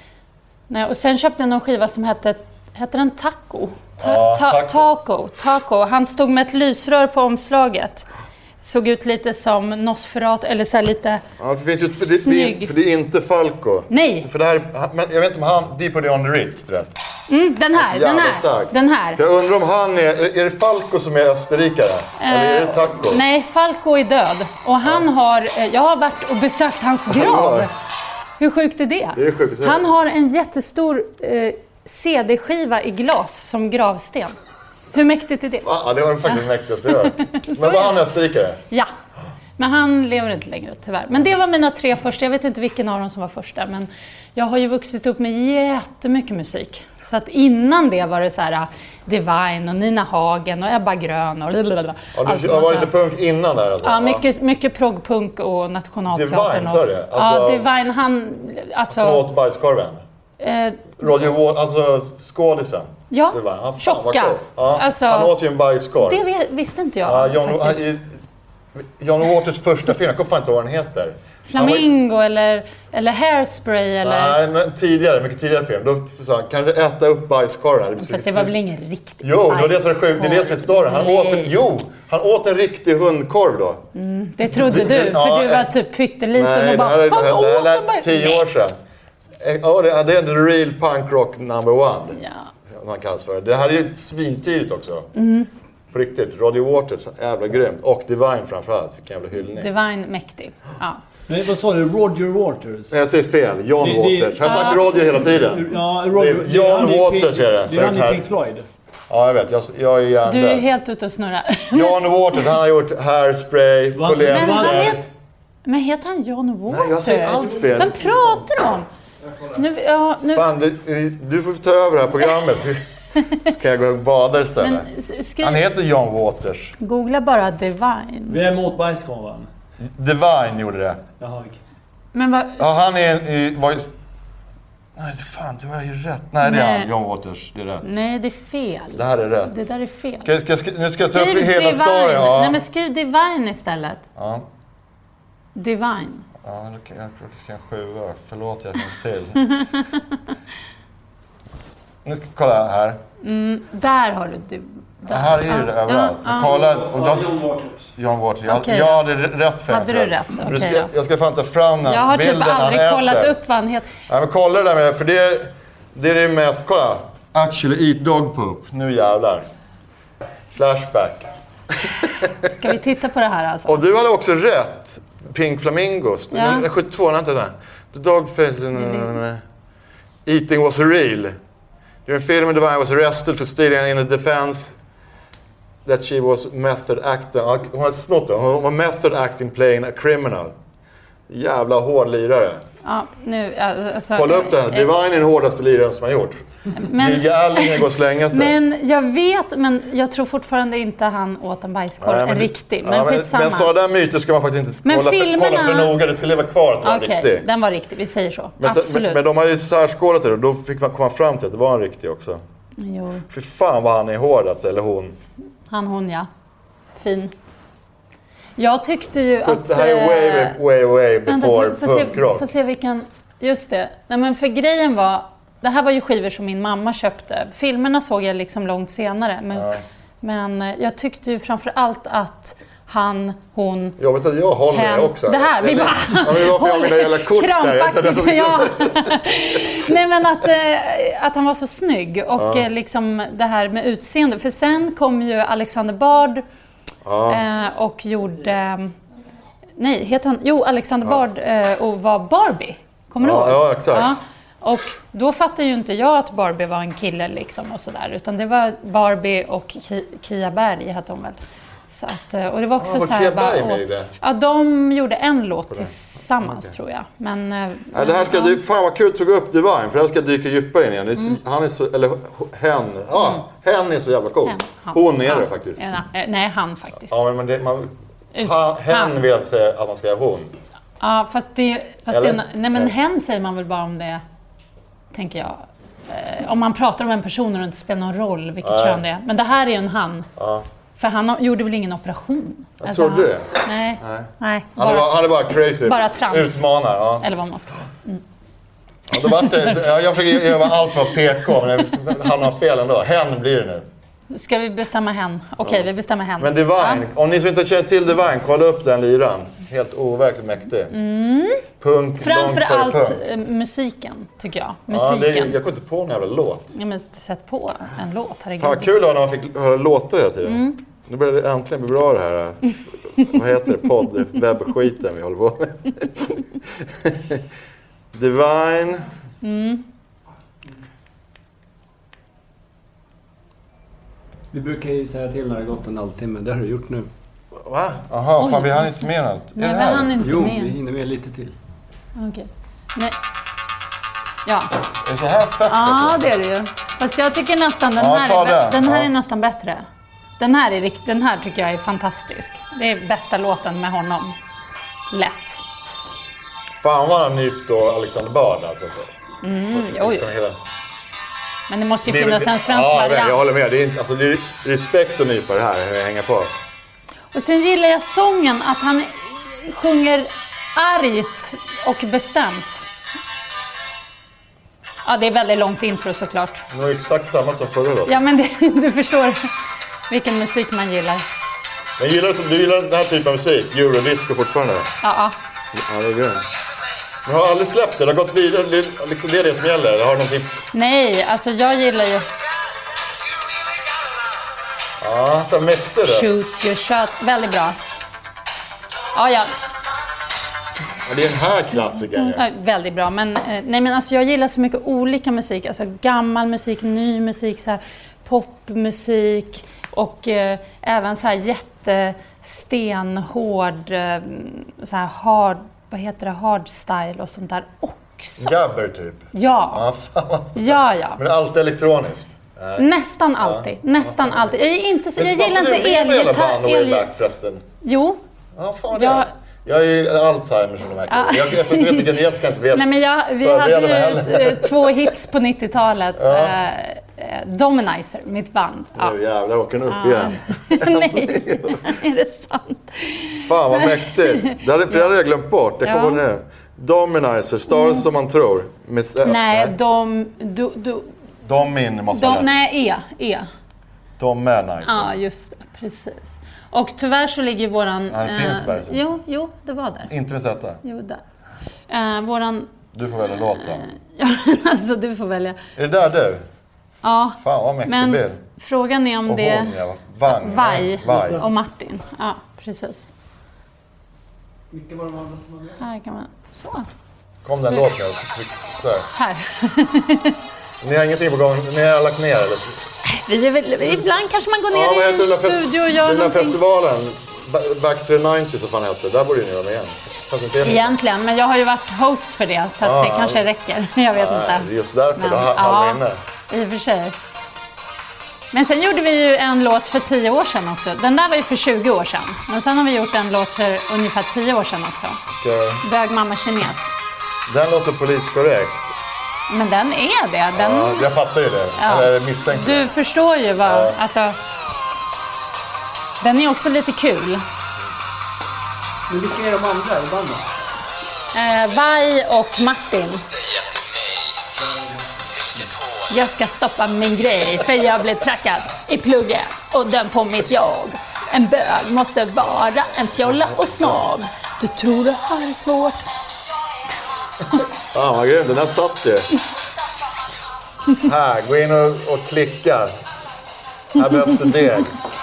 Nej, och sen köpte jag någon skiva som hette, hette den Taco? Ta, Ja, ta, taco. taco. Taco. Han stod med ett lysrör på omslaget. Såg ut lite som Nosferatu, eller så här lite Ja, det finns ju ett, det, det, snygg. är, för det är inte Falco. Nej. För det här, men jag vet inte om han, Deep on the Ritz, du vet. Mm, den här, Jävla den här, stark. den här. För jag undrar om han är, är det Falco som är österrikare? Eller är det Taco? Nej, Falco är död. Och han har, eh, jag har varit och besökt hans grav. Hur sjukt är det? Det är sjukt. Han har en jättestor eh, C D-skiva i glas som gravsten. Hur mäktigt är det? Ja, det var faktiskt det mäktigaste jag hört. Men var han österrikare? Ja, men han lever inte längre tyvärr. Men det var mina tre första. Jag vet inte vilken av dem som var första. Men jag har ju vuxit upp med jättemycket musik. Så att innan det var det så här Divine och Nina Hagen och Ebba Grön och blablabla. Ja, Allt du var var så lite här. punk innan där alltså? Ja, mycket, mycket proggpunk och Nationalteatern. Divine, sa du? och, Alltså- ja, Divine, han... Alltså, Som åt bajskorven? eh, Roger Waters, alltså skådisen? Ja, Det var, ja, fan, tjocka. vad cool. Ja, Alltså- han åt ju en bajskorv. det vet- visste inte jag Ja, John, faktiskt. i, John Waters första film, jag kommer fan inte ihåg vad den heter. Han var ju- Flamingo eller, eller Hairspray eller... Nej, men tidigare, mycket tidigare film. Då sa han, kan du äta upp bajskorven? Det Fast det var väl ingen riktig Jo, det var det som är sjukt. Det är det som är storyn. Han Nej. åt en, jo, han åt en riktig hundkorv då. Det trodde Det- du, ja, för du var eh, typ pytteliten Nej, och det bara... här är, "Han det här, åt det en här är baj-" tio Nej. år sedan. Eh, Ja, det det är en real punk rock number one. Ja. Som han kallas för. Det här är ju svintidigt också. Mm. På riktigt. Roger Waters, jävla grymt. Och Divine framförallt. Vilken jävla hyllning. Divine mäktig. Ja. Nej, vad sa du? Roger Waters? Nej, jag säger fel. John Det- det- Waters. Jag har sagt Roger hela tiden. Ja, Roger. Det är John han i Waters Pink- är det, så Det är han här- i Pink Floyd. Ja, jag vet. Jag, jag är hjärndöd. Du är helt ute och snurrar. John Waters, han har gjort Hairspray, Vad- Men Men, vad Polyester. het, men heter han John Waters? Nej, jag säger allt fel. Vem pratar du om? Nu, ja, nu, Fan, du, du får ta över det här programmet så ska jag gå och bada istället. men s- skriv, Han heter John Waters. googla bara Divine. Vem åt bajskorven? Divine gjorde det. Jaha, okej. Men vad... Ja, han är i... Var ju, nej, det fan, det var ju rätt. Nej, det är Nej. han. John Waters. Det är rätt. Nej, det är fel. Det här är rätt. Det där är fel. Ska, ska, ska, nu ska jag ta upp Skriv hela Divine. storyn. Ja. Nej, men skriv Divine istället. Ja. Divine. Ja, då kan jag jag ska en sjua. Förlåt, jag finns till. Nu ska vi kolla här. Där har du... Div- Det här är ju det överallt. ja. Kolla. Och då, John Waters. John Waters. Jag, Okej jag då. hade rätt för en Hade du sak. rätt? Nu Okej ska, då. jag ska fan ta fram den Jag har bilden typ han aldrig kollat äter. upp vad han heter. Nej, men kolla det där med, för det är det, är det mest, kolla. Actually eat dog poop. Nu jävlar. Flashback. Ska vi titta på det här alltså? Och du hade också rätt. Pink Flamingos. Ja. Den sjuttiotvå, vänta där. The dog face... Eating was real. During filming, Divine was arrested for stealing in a defense that she was method acting. Hon hade snott det. Hon var method acting playing a criminal. Jävla hård lirare. Ja, nu, alltså, Kolla upp det här. eh, Divine är den hårdaste liraren som har gjort. Men- Det är jävligt går att slänga sig. Men jag vet, men jag tror fortfarande inte han åt en bajskorv. Nej, en riktig. Men ja, men, skitsamma. men sådana där myter ska man faktiskt inte Men kolla, filmerna- för, kolla för noga. Det ska leva kvar att det var Okej, riktig. den var riktig. Vi säger så. Men, så- Absolut. men, men de hade ju särskådat det och då fick man komma fram till att det var en riktig också. Jo, Fy fan vad han är hård alltså, eller hon. han, hon ja. Fin. Jag tyckte ju att... Det här är way, eh, way, way Vänta, before får, får, se, punkrock. får se vilken... Just det. Nej, men för grejen var... Det här var ju skivor som min mamma köpte. Filmerna såg jag liksom långt senare. Men, Ja. men eh, jag tyckte ju framför allt att han, hon... Jag vet att jag håller Hen. det också. Det här, vi bara... Ja, men det var för jag har mina jävla kort där. Krampaktigt, ja. Nej, men att, eh, att han var så snygg och Ja. eh, liksom det här med utseende. För sen kom ju Alexander Bard Ja. eh, och gjorde... Nej, heter han? Jo, Alexander Bard eh, och var Barbie. Kommer du Ja, ihåg? ja, exakt. Och då fattade ju inte jag att Barbie var en kille liksom och sådär. Utan det var Barbie och Ki- Kia Berg hette hon väl. Så att, eh, och det var också Ja, var så här Kia bara, Berg med åh- i det? Ja, de gjorde en låt tillsammans tror jag. Men, eh, Ja, det här ska, ja. dy- fan vad kul att tog upp Divine, för det här ska dyka djupare in igen. Det är, så- Han är så, eller hen, ja, hen är så jävla cool. Hen, han. Hon är Ja. det faktiskt. Ja, nej, nej, han faktiskt. Ja, men det, man, Ut- ha, hen han. vill jag säga att man ska säga hon. Ja, fast det... Fast Eller? det nej, men Eller? hen säger man väl bara om det, tänker jag. Eh, om man pratar om en person och det inte spelar någon roll vilket Nej. kön det är. Men det här är ju en han. Ja. För han har- gjorde väl ingen operation? Jag trodde han, det. Nej, Nej. nej. Han, är bara, bara, han är bara crazy. bara trans. Utmanar, ja. Eller vad man ska säga. Mm. Ja, då var det, ja, jag försöker göra allt med P K, men han har fel ändå. Hen blir det nu. Ska vi bestämma hen? Okej, okay, ja. vi bestämmer hen. Men Divine, ja. Om ni som inte känner till Divine, kolla upp den liran. Helt overkligt mäktig. Mm. Punk, framförallt punk. Musiken, tycker jag. Musiken. Ja, det är, jag går inte på en jävla låt. Ja, men sätt på en låt, herregud. Fan, kul då när man fick höra låtar hela tiden. Mm. Nu börjar det äntligen bli bra det här. Vad heter det? Podd, webbskiten vi håller på med. Divine. Mm. Vi brukar ju säga till när det har gått en halvtimme. Det har du gjort nu. Va? Jaha, fan vi hann inte med allt. Nej, vi hann inte jo, med. Jo, vi hinner med lite till. Okej. Okay. Nej. Ja. Är det så här fett? Ja, alltså? Det är det ju. Fast jag tycker nästan den ja, här, är, den här ja. är nästan bättre. Den här, är, den här tycker jag är fantastisk. Det är bästa låten med honom. Lätt. Fan vad han nypt då Alexander Bard alltså. Mm, oj. Liksom hela... Men det måste ju finnas det, en svensk ja, variant. Ja, jag håller med. Det är, alltså, det är respekt att nypa det här, hur jag hänger på. Och sen gillar jag sången, att han sjunger argt och bestämt. Ja, det är väldigt långt intro såklart. Det var exakt samma som förra då. Ja, men det, du förstår vilken musik man gillar. Men gillar du, du gillar den här typen av musik? Eurodisco fortfarande? Ja, ja. Ja, det är grymt. Men har aldrig släppt det? Det har gått vidare. Det är liksom det, är det som gäller. Har någonting... Nej, alltså jag gillar ju... Ja, det är mäktigt det. Shoot your shot. Väldigt bra. Ja, ja. Ja, det är den här klassikern. Ja, väldigt bra. Men, nej, men alltså jag gillar så mycket olika musik. Alltså gammal musik, ny musik, så här, popmusik. Och eh, även så här jättestenhård, eh, så här hard... Vad heter det? Hardstyle och sånt där också. Gabber typ? Ja. Ja, ja, ja. Men allt elektroniskt? Nej. Nästan alltid. Ja. Nästan ja. alltid. Jag, är inte så, jag gillar inte elgitarr. El... El... förresten. Jo. Ja, fan jag... Jag är ju Alzheimer som du märker. Ja. Jag, jag, jag vet inte, jag ska inte veta. Nej, men jag, vi hade ju två hits på nittiotalet. Ja. Eh, Dominizer, mitt band. Ja. Nu jävlar, åker den upp ja. igen. Nej, är det sant? Fan vad mäktigt. Det hade, för det hade jag glömt bort. Jag kommer ja. nu. Dominizer, stavas mm. som man tror. Med, nej, nej, dom... Du, du, Domin måste vara rätt. Nej, E. E. Dominizer. Ja, just det. Precis. Och tyvärr så ligger våran... Ja, det finns där. Eh, jo, jo, det var där. Inte med sätta. Jo, där. Eh, våran... Du får välja låten. Eh, ja, alltså du får välja. Är det där du? Ja. Fan vad mäktigt men bil. Frågan är om och det... Hon, ja. Vagn. Vaj. Vaj och Martin. Ja, precis. Vilka var de andra som var med? Här kan man... Så. Kom den låt nu. Så. Här. Ni har ingenting på gång? Ni har lagt ner eller? Vi är väl, ibland kanske man går ner ja, i en studio och gör den någonting. Den festivalen, Back to the nittio så fan heter det. Där borde ni göra med igen. Egentligen, men jag har ju varit host för det så att ah, det kanske räcker. Jag vet ah, inte. Just därför, men, då har ja, inne. I och för sig. Men sen gjorde vi ju en låt för tio år sedan också. Den där var ju för tjugo år sedan. Men sen har vi gjort en låt för ungefär tio år sedan också. Okay. Bög mamma kines. Den låter poliskorrekt. Men den är det. Den... Ja, jag fattar ju det. Ja. Eller misstänker. Du förstår ju vad... Ja. Alltså, den är också lite kul. Men vilka är de andra i bandet? Eh, Vaj och Martin. Jag ska stoppa min grej för jag blev trackad i plugget och dömd på mitt jobb. En bög måste vara en fjolla och snobb. Du tror det här är svårt. Ja, vad grymt. Den här satt ju. Här, gå in och, och klicka. Här behövs det deg.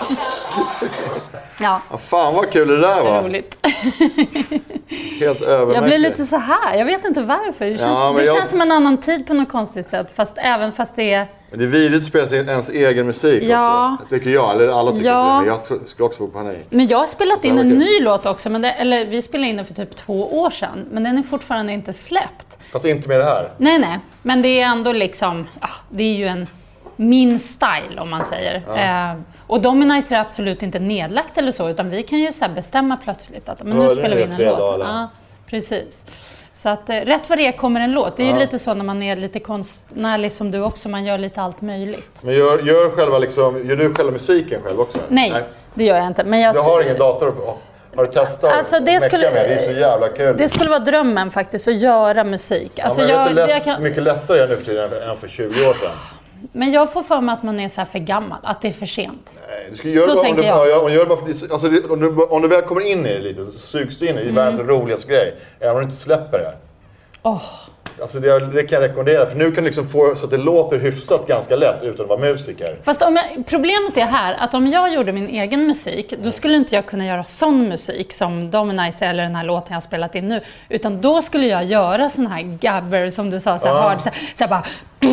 Ja. Ja, fan vad kul det där var. Roligt. Helt övermäktigt. Jag blir lite så här. Jag vet inte varför. Det känns, ja, det jag... känns som en annan tid på något konstigt sätt. Fast även fast det är... Det är vidrigt att spela ens egen musik ja. också. Tycker jag. Eller alla tycker ja. det. Jag skulle också få panik. Men jag har spelat in en kul. ny låt också. Men det, eller vi spelade in den för typ två år sedan. Men den är fortfarande inte släppt. Fast inte med det här. Nej, nej. Men det är ändå liksom... Ja, det är ju en... min style om man säger. Ja. Eh, och Dominizer är absolut inte nedlagt eller så. Utan vi kan ju så här bestämma plötsligt att men nu ja, spelar vi in en låt. Ja, precis. Så att eh, rätt vad det är kommer en låt. Det är ja. ju lite så när man är lite konstnärlig som du också. Man gör lite allt möjligt. Men gör, gör, själva liksom, gör du själva musiken själv också? Nej, Nej, det gör jag inte. Men jag du har ingen dator på? Har du testat Alltså, det att skulle- mecka med? Det är så jävla kul. Det skulle vara drömmen faktiskt, att göra musik. Alltså, ja, men jag, jag, vet, det är jag lätt, kan, mycket lättare nu för tiden än för tjugo år sedan. men jag får för mig att man är så här för gammal, att det är för sent. Nej, du ska göra Så bara, tänker om, du, jag. ja, om, du gör bara, alltså, det- om, du, om du väl kommer in i det lite så sugs du in i det. Det är Mm. världens roligaste grej. Även om du inte släpper det. Åh. Alltså det, det kan jag rekommendera. För nu kan du liksom få så att det låter hyfsat ganska lätt utan att vara musiker. Fast om jag, problemet är här att om jag gjorde min egen musik, då skulle inte jag kunna göra sån musik som Dominize eller den här låten jag spelat in nu. Utan då skulle jag göra sån här gabber som du sa, så här Ja. hard, så här, så här bara...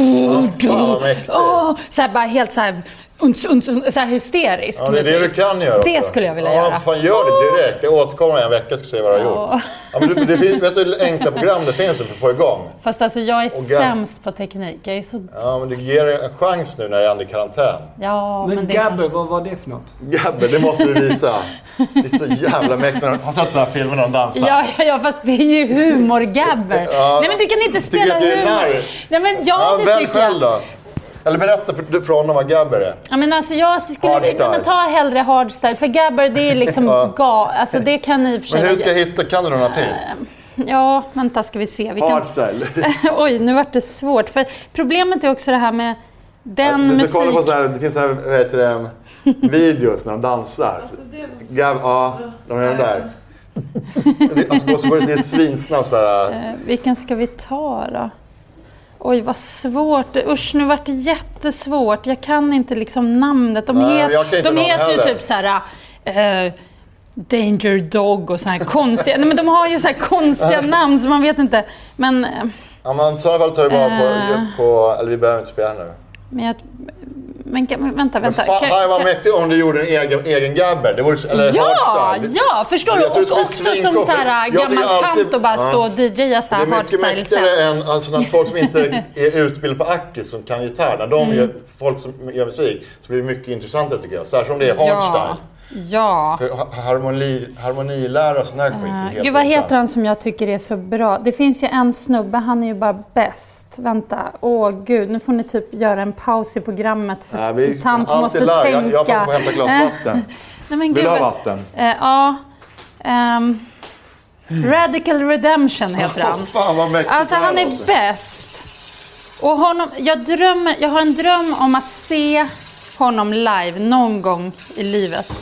Fan vad mäktigt. Åh, så här bara helt så här, uns, uns, uns, så här hysterisk Ja, det är det du musik. kan göra. Det också. skulle jag vilja ja, göra. Fan, gör det direkt. Jag återkommer en vecka och ska se vad du har gjort. Ja. Ja, men det, det finns, vet du hur enkla program det finns för att få igång? Fast alltså jag är Och gab- sämst på teknik. Jag är så... Ja, men det ger dig en chans nu när jag är i karantän. Ja, men, Men det Gabber, vad var det för något? Gabber, det måste du visa. Det är så jävla mäktigt. Har du sett sådana här filmer när de dansar? Ja, ja, ja, fast det är ju humor-gabber. Ja. Nej, men du kan inte spela Tycker du att jag är humor. narr? Nej, men ja, Ja, det väl tycker jag. själv då. Eller berätta för, för honom vad gabber är. Ja, men alltså jag skulle... Hardstyle. Nej, men ta hellre hardstyle, för gabber det är liksom Ja. ga... Alltså det kan ni i och för sig... Men hur ska jag hitta, kan du någon artist? Ja, vänta ska vi se. Vi kan... Hardstyle. Oj, nu vart det svårt. För problemet är också det här med den Du musik... ska kolla på så här, det finns så här, vad heter det, videos när de dansar. Gab, ja, de är de där. Det- Alltså, så går det till svinsnabbt så här. Eh, Vilken ska vi ta då? Oj, vad svårt. Usch, nu vart det jättesvårt. Jag kan inte liksom namnet. De, Nej, het, jag kan inte de namn heter ju heller. typ så här... eh, Danger Dog och så här konstiga... Nej, men de har ju så här konstiga namn så man vet inte. Men, eh, Ja, men så i alla fall tar vi bara på, Eh. på, eller vi behöver inte spela nu. men, jag, men, men vänta, Men vänta. fan, Kan- här var kan- mäktigt om du gjorde en egen, egen gabber. Det vore, eller Ja, hardstyle. ja, förstår du? Jag tror Och det skulle också bli som svincool. så här Jag tycker gammal alltid- tant och bara ja. stå och D J:a så Det här är mycket hardstyle set. mäktigare än alltså, när folk som inte är utbildade på Akis som kan gitarr. När de Mm. gör, folk som gör musik så blir det mycket intressantare tycker jag. Särskilt om det är hardstyle. Ja. För ha- harmoni, harmonilära och sån här skit är helt Gud, vad heter intressant. han som jag tycker är så bra? Det finns ju en snubbe, han är ju bara bäst. Vänta, åh gud, nu får ni typ göra en paus i programmet för Nej, vi- tant allt är måste live. tänka. Jag- jag passar på att hämta ett glas Eh, vatten. Nej, men Vill gud, du ha vad- vatten? Eh, ja. Ehm, Radical Redemption heter han. Fan vad mäktigt Alltså det här han är låter. bäst. Och honom, jag, drömmer, jag har en dröm om att se honom live någon gång i livet.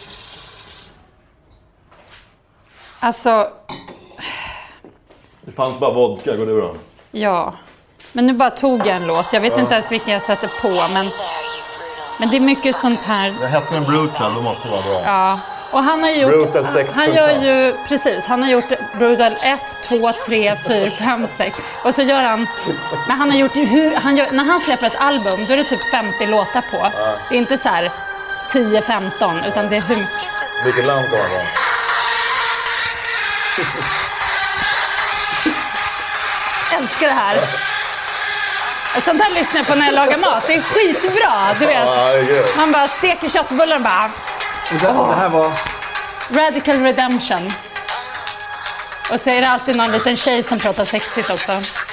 Alltså, Det fanns bara vodka, går det bra? ja. Men nu bara tog jag en låt. Jag vet inte ens vilken jag sätter på. Men, men det är mycket sånt här. Det hette en Brutal, då måste det vara bra. Ja. Och han har ju gjort... Brutal sex han punkt gör com. ju... Precis. Han har gjort Brutal ett, två, tre, fyra, fem, sex. Och så gör han... Men han har gjort ju hur... Han gör, när han släpper ett album, då är det typ femtio låtar på. Det är inte så här tio femton, utan det är... hur- Vilket land kommer han från? älskar det här. Sånt här lyssnar jag på när jag lagar mat. Det är skitbra, du vet. Ja, det är grymt. Man bara steker köttbullar och bara... Och det, det här var... Radical Redemption. Och så är det alltid någon liten tjej som pratar sexigt också.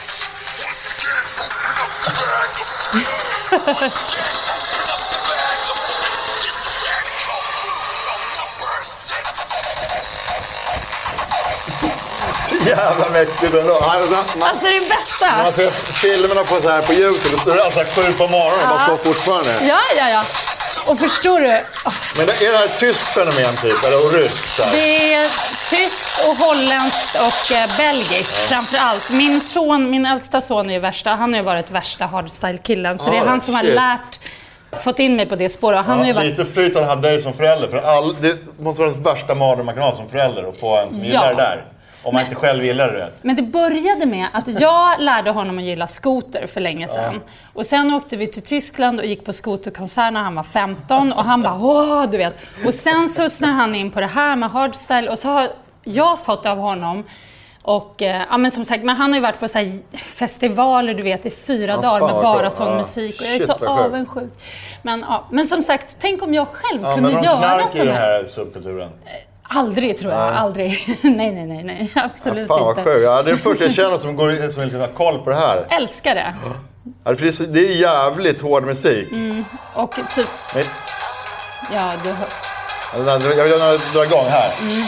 Jävla mäktigt ändå. Alltså, man, Alltså det bästa. man ser filmerna på, så här, på YouTube, då står det alltså sju på morgonen och man står fortfarande. Ja, ja, ja. Och förstår du? Men är det här ett tyskt fenomen typ? Eller och ryskt? Så här? Det är tyskt och holländskt och eh, belgiskt framför allt. Min son, min äldsta son är ju värsta, han har ju varit värsta hardstyle-killen. Så det är Ah, han som har shit. lärt, fått in mig på det spåret. Han har ju Ja, varit... lite flyt han hade dig som förälder. För all, det måste vara den värsta mardröm man kan ha som förälder att få en som gillar Ja. det där. Om man inte själv gillar det. Men det började med att jag lärde honom att gilla skoter för länge sedan. Och sen åkte vi till Tyskland och gick på skoterkonsert när han var femton. Och han bara, åh, du vet. Och sen så snöade han in på det här med hardstyle. Och så har jag fått av honom. Och eh, ja, men som sagt, men han har ju varit på så här festivaler, du vet, i fyra Ja, dagar fan, med vad bara skönt. sån Ja, musik. Och jag är shit, så vad skönt. avundsjuk. Men, ja, men som sagt, tänk om jag själv Ja, kunde men de göra knark i sån den här. här subkulturen. Aldrig tror jag, aldrig. nej, nej, nej, nej, absolut Fan vad inte. sjukt. Ja, det är det första jag känner som, går, som liksom har koll på det här. Älskar det. Ja, för det, är, så- det är jävligt hård musik. Och typ, Men, ja, du hör. Jag vill gärna dra igång här. Mm.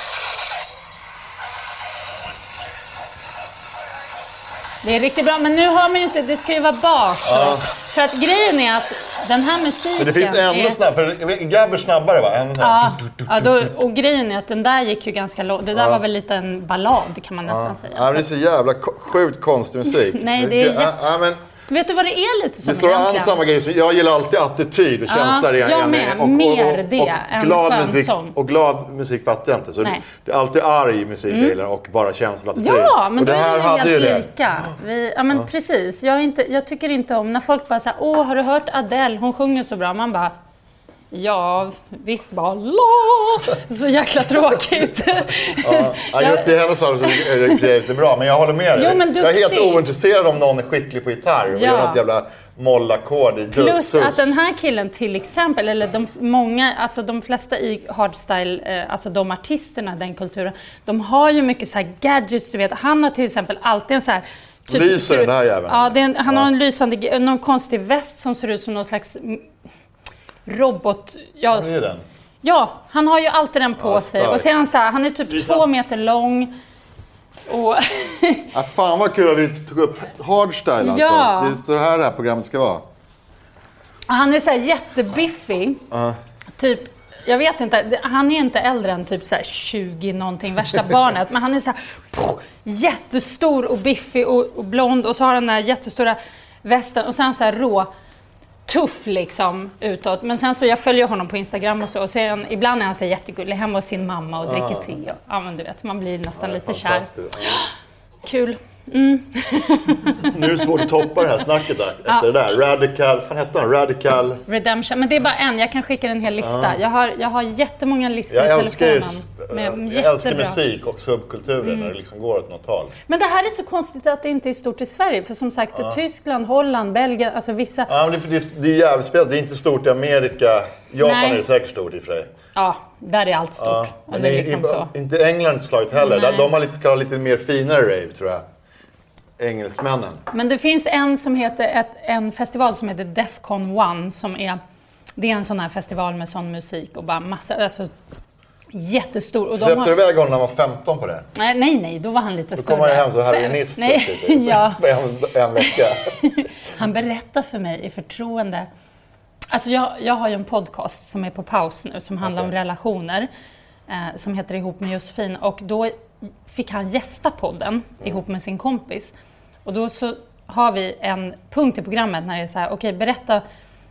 Det är riktigt bra, men nu har man ju inte, det ska ju vara bas. Ja. För att grejen är att den här musiken... Men det finns ännu är... snabbare, för Gabber snabbare va? Ännu ja, ja då, och grejen är att den där gick ju ganska långt. Det där ja. var väl lite en ballad kan man nästan ja. säga. Ja, men det är så jävla sjukt konstig musik. Nej, det är... Ja, ja, men... Vet du vad det är lite som det står an samma grej som jag gillar alltid attityd och känsla. Ja, jag med. Och, och, mer och, det och, än glad musik, och glad musik fattar jag inte. Så det, det är alltid arg musik mm. jag gillar och bara känsla och attityd. Ja, men och då det här är det hade ju helt lika. Vi, ja, men ja. precis. Jag, är inte, jag tycker inte om när folk bara säger, åh, har du hört Adele? Hon sjunger så bra. Man bara... Ja, visst bara la. Så jäkla tråkigt. Ja, ja, just i hennes fall så är det inte bra, men jag håller med dig. Jo, men jag är helt ointresserad om någon är skicklig på gitarr och ja. gör något jävla mollackord i Plus att den här killen till exempel, eller de många, alltså de flesta i hardstyle, alltså de artisterna, den kulturen, de har ju mycket så här gadgets, du vet. Han har till exempel alltid en så här typ, lyser den här jäveln. Ja, det är en, han ja. har en lysande, någon konstig väst som ser ut som någon slags robot. Ja, han är den. Ja, han har ju alltid den på ja, sig. Och så är han så här, han är typ Lisa. två meter lång. Och ja, fan vad kul att vi tog upp hardstyle alltså. Ja. Det är så här det här programmet ska vara. Han är så här jättebiffig. Uh. Typ, jag vet inte, han är inte äldre än typ så här tjugo någonting, värsta barnet. Men han är så här pff, jättestor och biffig och, och blond. Och så har han den här jättestora västen. Och sen så här rå. Tuff liksom utåt. Men sen så jag följer honom på Instagram och så. Och så är han, ibland är han så jättegullig hemma hos sin mamma och dricker ah. te. Och, ja men du vet, man blir nästan ja, lite kär. Ja. Kul. Mm. Nu är det svårt att toppa det här snacket där, efter ja. det där. Radical, vad heter han? Radical... Redemption. Men det är bara en, jag kan skicka en hel lista. Ja. Jag, har, jag har jättemånga listor jag i älskar telefonen. Med, jag älskar musik och subkulturen mm. när det liksom går åt något håll. Men det här är så konstigt att det inte är stort i Sverige. För som sagt, ja. Tyskland, Holland, Belgien, alltså vissa... Ja, men det, det, det är jävligt speciellt. Det är inte stort i Amerika. Japan Nej. är det säkert stort i och för sig. Ja, där är allt stort. Ja, men det är liksom i, så. Inte England slaget heller. Nej. De har lite, ska ha lite mer finare rave, tror jag. Engelsmännen. Men det finns en som heter ett, en festival som heter Defcon One som är det är en sån här festival med sån musik och bara massa alltså jättestor och de släppte har... du iväg honom när han var femton på det? Nej nej nej, då var han lite då större. Då kommer han hem så heroinist nej typ, ja. en, en vecka. Han berättar för mig i förtroende. Alltså jag jag har ju en podcast som är på paus nu som handlar okay. om relationer eh, som heter Ihop med Josefin och då fick han gästa podden mm. ihop med sin kompis. Och då så har vi en punkt i programmet när det är så här, okej, okay, berätta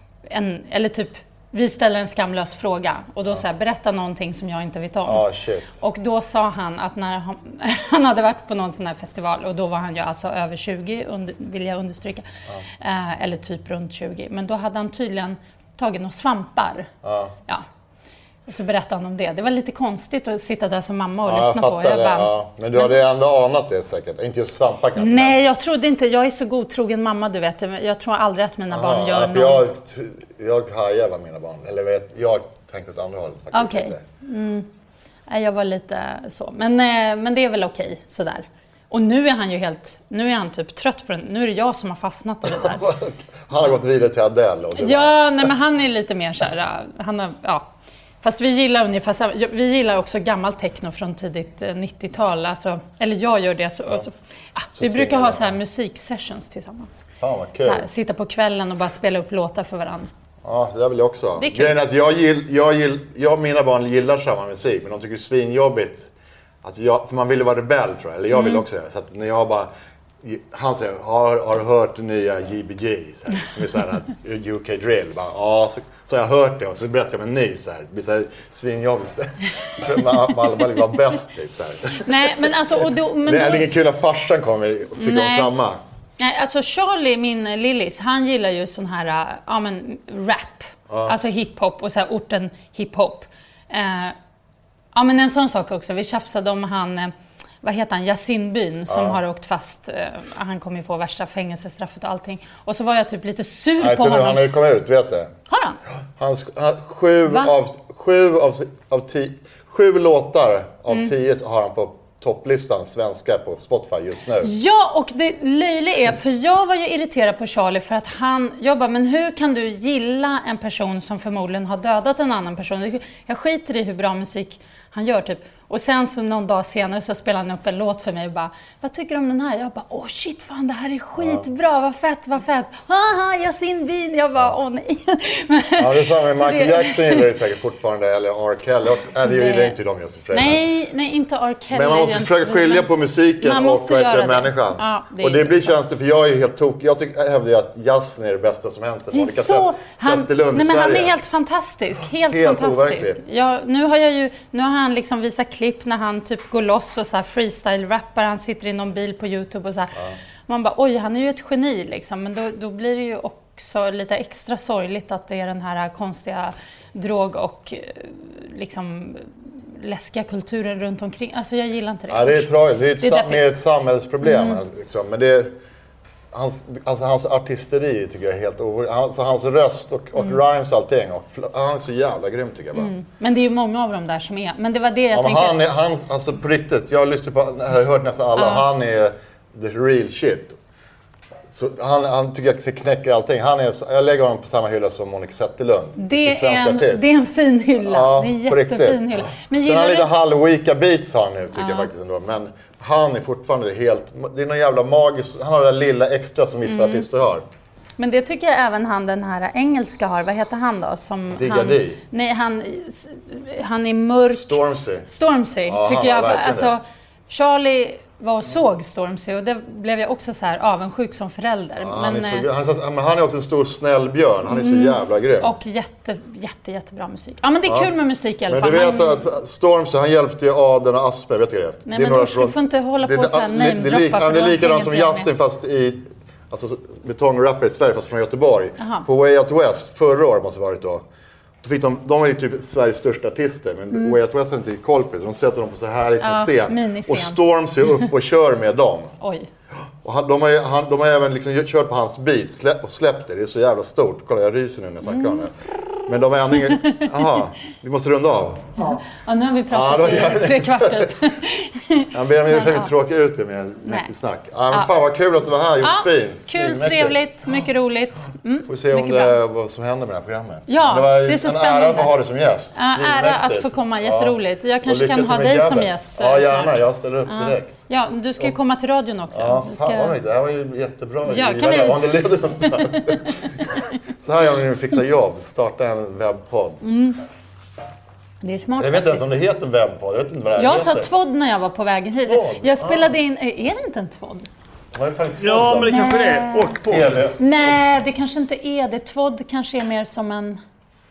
en, eller typ, vi ställer en skamlös fråga. Och då ja. så här, berätta någonting som jag inte vet om. Oh, shit. Och då sa han att när han, han hade varit på någon sån här festival, och då var han ju alltså över tjugo, under, vill jag understryka. Ja. Eh, eller typ runt tjugo. Men då hade han tydligen tagit några svampar. Ja. ja. Och så berättade han om det. Det var lite konstigt att sitta där som mamma och ja, lyssna jag på. Jag bara, ja. Men du hade ändå anat det säkert. Inte just svampar kanske. Nej, jag trodde inte. Jag är så godtrogen mamma, du vet. Jag tror aldrig att mina Aha, barn gör ja, för något. Jag, jag hajar vad mina barn. Eller vet, jag tänker åt andra hållet faktiskt. Okej. Okay. Mm. Jag var lite så. Men, men det är väl okej, okay, sådär. Och nu är han ju helt, nu är han typ trött på den. Nu är det jag som har fastnat i det där. Han har gått vidare till Adele. Och ja, var... nej men han är lite mer så här, han har, ja. Fast vi gillar ungefär samma, vi gillar också gammal techno från tidigt nittiotal. Alltså, eller jag gör det. Så, ja. så, ah, så vi brukar ha så här musiksessions tillsammans. Fan vad kul. Så här, sitta på kvällen och bara spela upp låtar för varandra. Ja, det vill jag också ha. Grejen är att jag, gill, jag, gill, jag och mina barn gillar samma musik. Men de tycker det är svinjobbigt. Att jag, för man vill vara rebell tror jag. Eller jag vill mm. också det. Så att när jag bara... Han säger, har, har du hört det nya J B G? Så här, som är så här U K drill. Bara, ja, så, så har jag hört det och så berättar jag om en ny. Så här. Det blir så här svinjobbigt. Man bara vill vara bäst typ. Så här. Nej, men alltså... Och då, men det är då... ingen kul att farsan kommer och tycker om samma. Nej, alltså Charlie, min Lillis, han gillar ju sån här ja, men, rap. Ja. Alltså hiphop och så här orten hiphop. Eh, ja, men en sån sak också. Vi tjafsade om han... Vad heter han? Yasin Byn som ja. har åkt fast. Uh, han kommer ju få värsta fängelsestraffet och allting. Och så var jag typ lite sur Nej, på honom. Nu, han har ju kommit ut, vet du. Har han? Han, han sju, av, sju, av, av tio, sju låtar av mm. tio så har han på topplistan svenska på Spotify just nu. Ja, och det löjliga är, för jag var ju irriterad på Charlie för att han, jag bara, men hur kan du gilla en person som förmodligen har dödat en annan person? Jag skiter i hur bra musik han gör typ. Och sen så någon dag senare så spelade han upp en låt för mig och bara, vad tycker du om den här? Jag bara, åh shit fan, det här är skitbra, ja. vad fett, vad fett. Haha, Yasin Bin. Jag bara, åh nej. Ja, det är samma med Michael det... Jackson gillar det säkert fortfarande, eller R. Kelly. Nej, det gillar inte de just för Nej, nej, inte R. Kelly. Men man måste försöka skilja på musiken och människan. Ja, det och det blir känsligt, för jag är helt tok. Jag, tycker, jag hävdar ju att jazzen är det bästa som hänt. Det är så, han, nej, men han är helt fantastisk. Helt, helt fantastisk. Ja, nu har jag ju, nu har han liksom visat klipp när han typ går loss och så här freestyle-rappar. Han sitter i någon bil på YouTube och så här. Ja. Man bara, oj, han är ju ett geni liksom. Men då, då blir det ju också lite extra sorgligt att det är den här konstiga drog- och liksom läskiga kulturen runt omkring. Alltså jag gillar inte det. Ja, det är tragiskt. Det är, ett det är sam- mer ett samhällsproblem. Mm. Liksom. Men det är, hans, alltså hans artisteri tycker jag är helt over... Alltså hans röst och, och mm. rhymes och allting. Och, han är så jävla grym tycker jag bara. Mm. Men det är ju många av dem där som är. Men det var det jag ja, tänkte. Han är, han, alltså på riktigt, jag har lyssnat på, jag har hört nästan alla. Uh. Han är the real shit. Så han, han tycker jag knäcker allting. Han är, jag lägger honom på samma hylla som Monica Zetterlund. Det är, en, det är en fin hylla. Ja, det är en jättefin hylla. Men sen har han lite halvweeka beats har han nu tycker ja. jag faktiskt ändå. Men han är fortfarande helt, det är någon jävla magisk, han har det där lilla extra som vissa mm. artister har. Men det tycker jag även han den här engelska har. Vad heter han då? Som Digadi. Nej, han, han är mörk. Stormzy. Stormzy, ja, tycker jag. Alltså, Charlie var och såg Stormzy och det blev jag också så här avundsjuk som förälder. Ja, men, han, är så, han, är, men han är också en stor snäll björn. Han är så jävla grym. Och jätte, jätte, jättebra musik. Ja, men det är ja. kul med musik i alla fall. Men du vet han... att Stormzy, han hjälpte ju Aden och Asper, vet du det? Nej, det är men usch, du får inte hålla på så här namedroppa. Han är likadant som Yasin fast i alltså, betongrappare i Sverige fast från Göteborg. Aha. På Way Out West förra året måste det varit då. Då fick de, de var ju typ Sveriges största artister, men mm. Way Out West hade inte koll på det. De sätter dem på så här liten ja, scen. Miniscen. Och Stormzy upp och kör med dem. Oj. Och han, de, har, han, de har även liksom kört på hans beat slä, och släppt det. Det är så jävla stort. Kolla, jag ryser nu när jag snackar mm. om det. Men de har ändå ingen... Aha, vi måste runda av. Ja, ja nu har vi pratat ja, i tre kvarter. Jag ber om ursäkt för att tråka ut det med en mäktig snack. Ja, men fan vad kul att du var här, Josefin. Ja, kul, trevligt, mycket roligt. Mm, får vi se om det, vad som händer med det här programmet. Ja, det, var det är så en spännande. ära att ha dig som gäst. Ja, ära att få komma, jätteroligt. Jag kanske kan ha dig som gäst. Ja, gärna. Jag ställer upp direkt. Ja, du ska ju komma till radion också. Ja, du ska... fan vad mycket. Det här var ju jättebra. Ja, kan vi... Om det leder någonstans. Så här gör ni när ni fixar jobb. Starta en webbpodd. Mm. Det är smart. Jag vet inte ens om det heter webbpodd. Jag vet inte vad det jag heter. sa tvådd när jag var på väg hit. Tvådd? Jag spelade in... Är det inte en tvådd? Ja, men det kanske det är. Och på. T V. Nej, det kanske inte är det. Tvådd kanske är mer som en...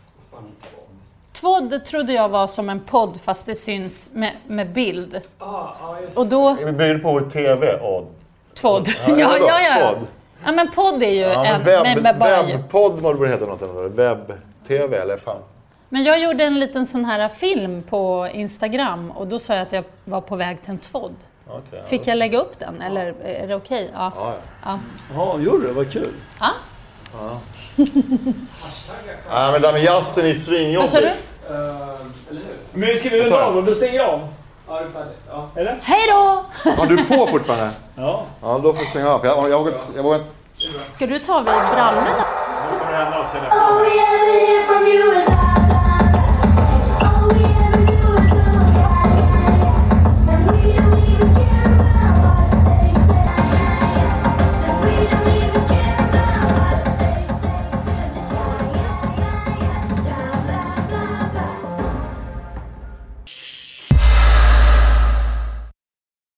Tvådd trodde jag var som en podd fast det syns med, med bild. Ah, ah, just och då... Vi bygger på ordet T V och... Tvådd. Ja, ja, ja. ja. Ja, men podd är ju ja, en... Webb, med bara... Webbpodd måste det heta något annat. Webb-T V eller fan. Men jag gjorde en liten sån här film på Instagram och då sa jag att jag var på väg till en tvådd. Okay, Fick jag lägga upp den? Eller är det okej? Okay? Ja. Ja, ja. ja, gjorde det? Vad kul. Ja. Ja. Ja, men det med jazzen är svinjobbigt. Vad sa du? Uh, eller hur? Men ska vi runda av och du stänger av? Ja, det är färdigt. Ja. Eller? Hej då! Har du på fortfarande? Ja. Ja, då får du stänga av. Jag, jag, vågar, jag vågar inte... Ska du ta vid brallorna? Nu kommer det hända också. Oh, yeah, from you and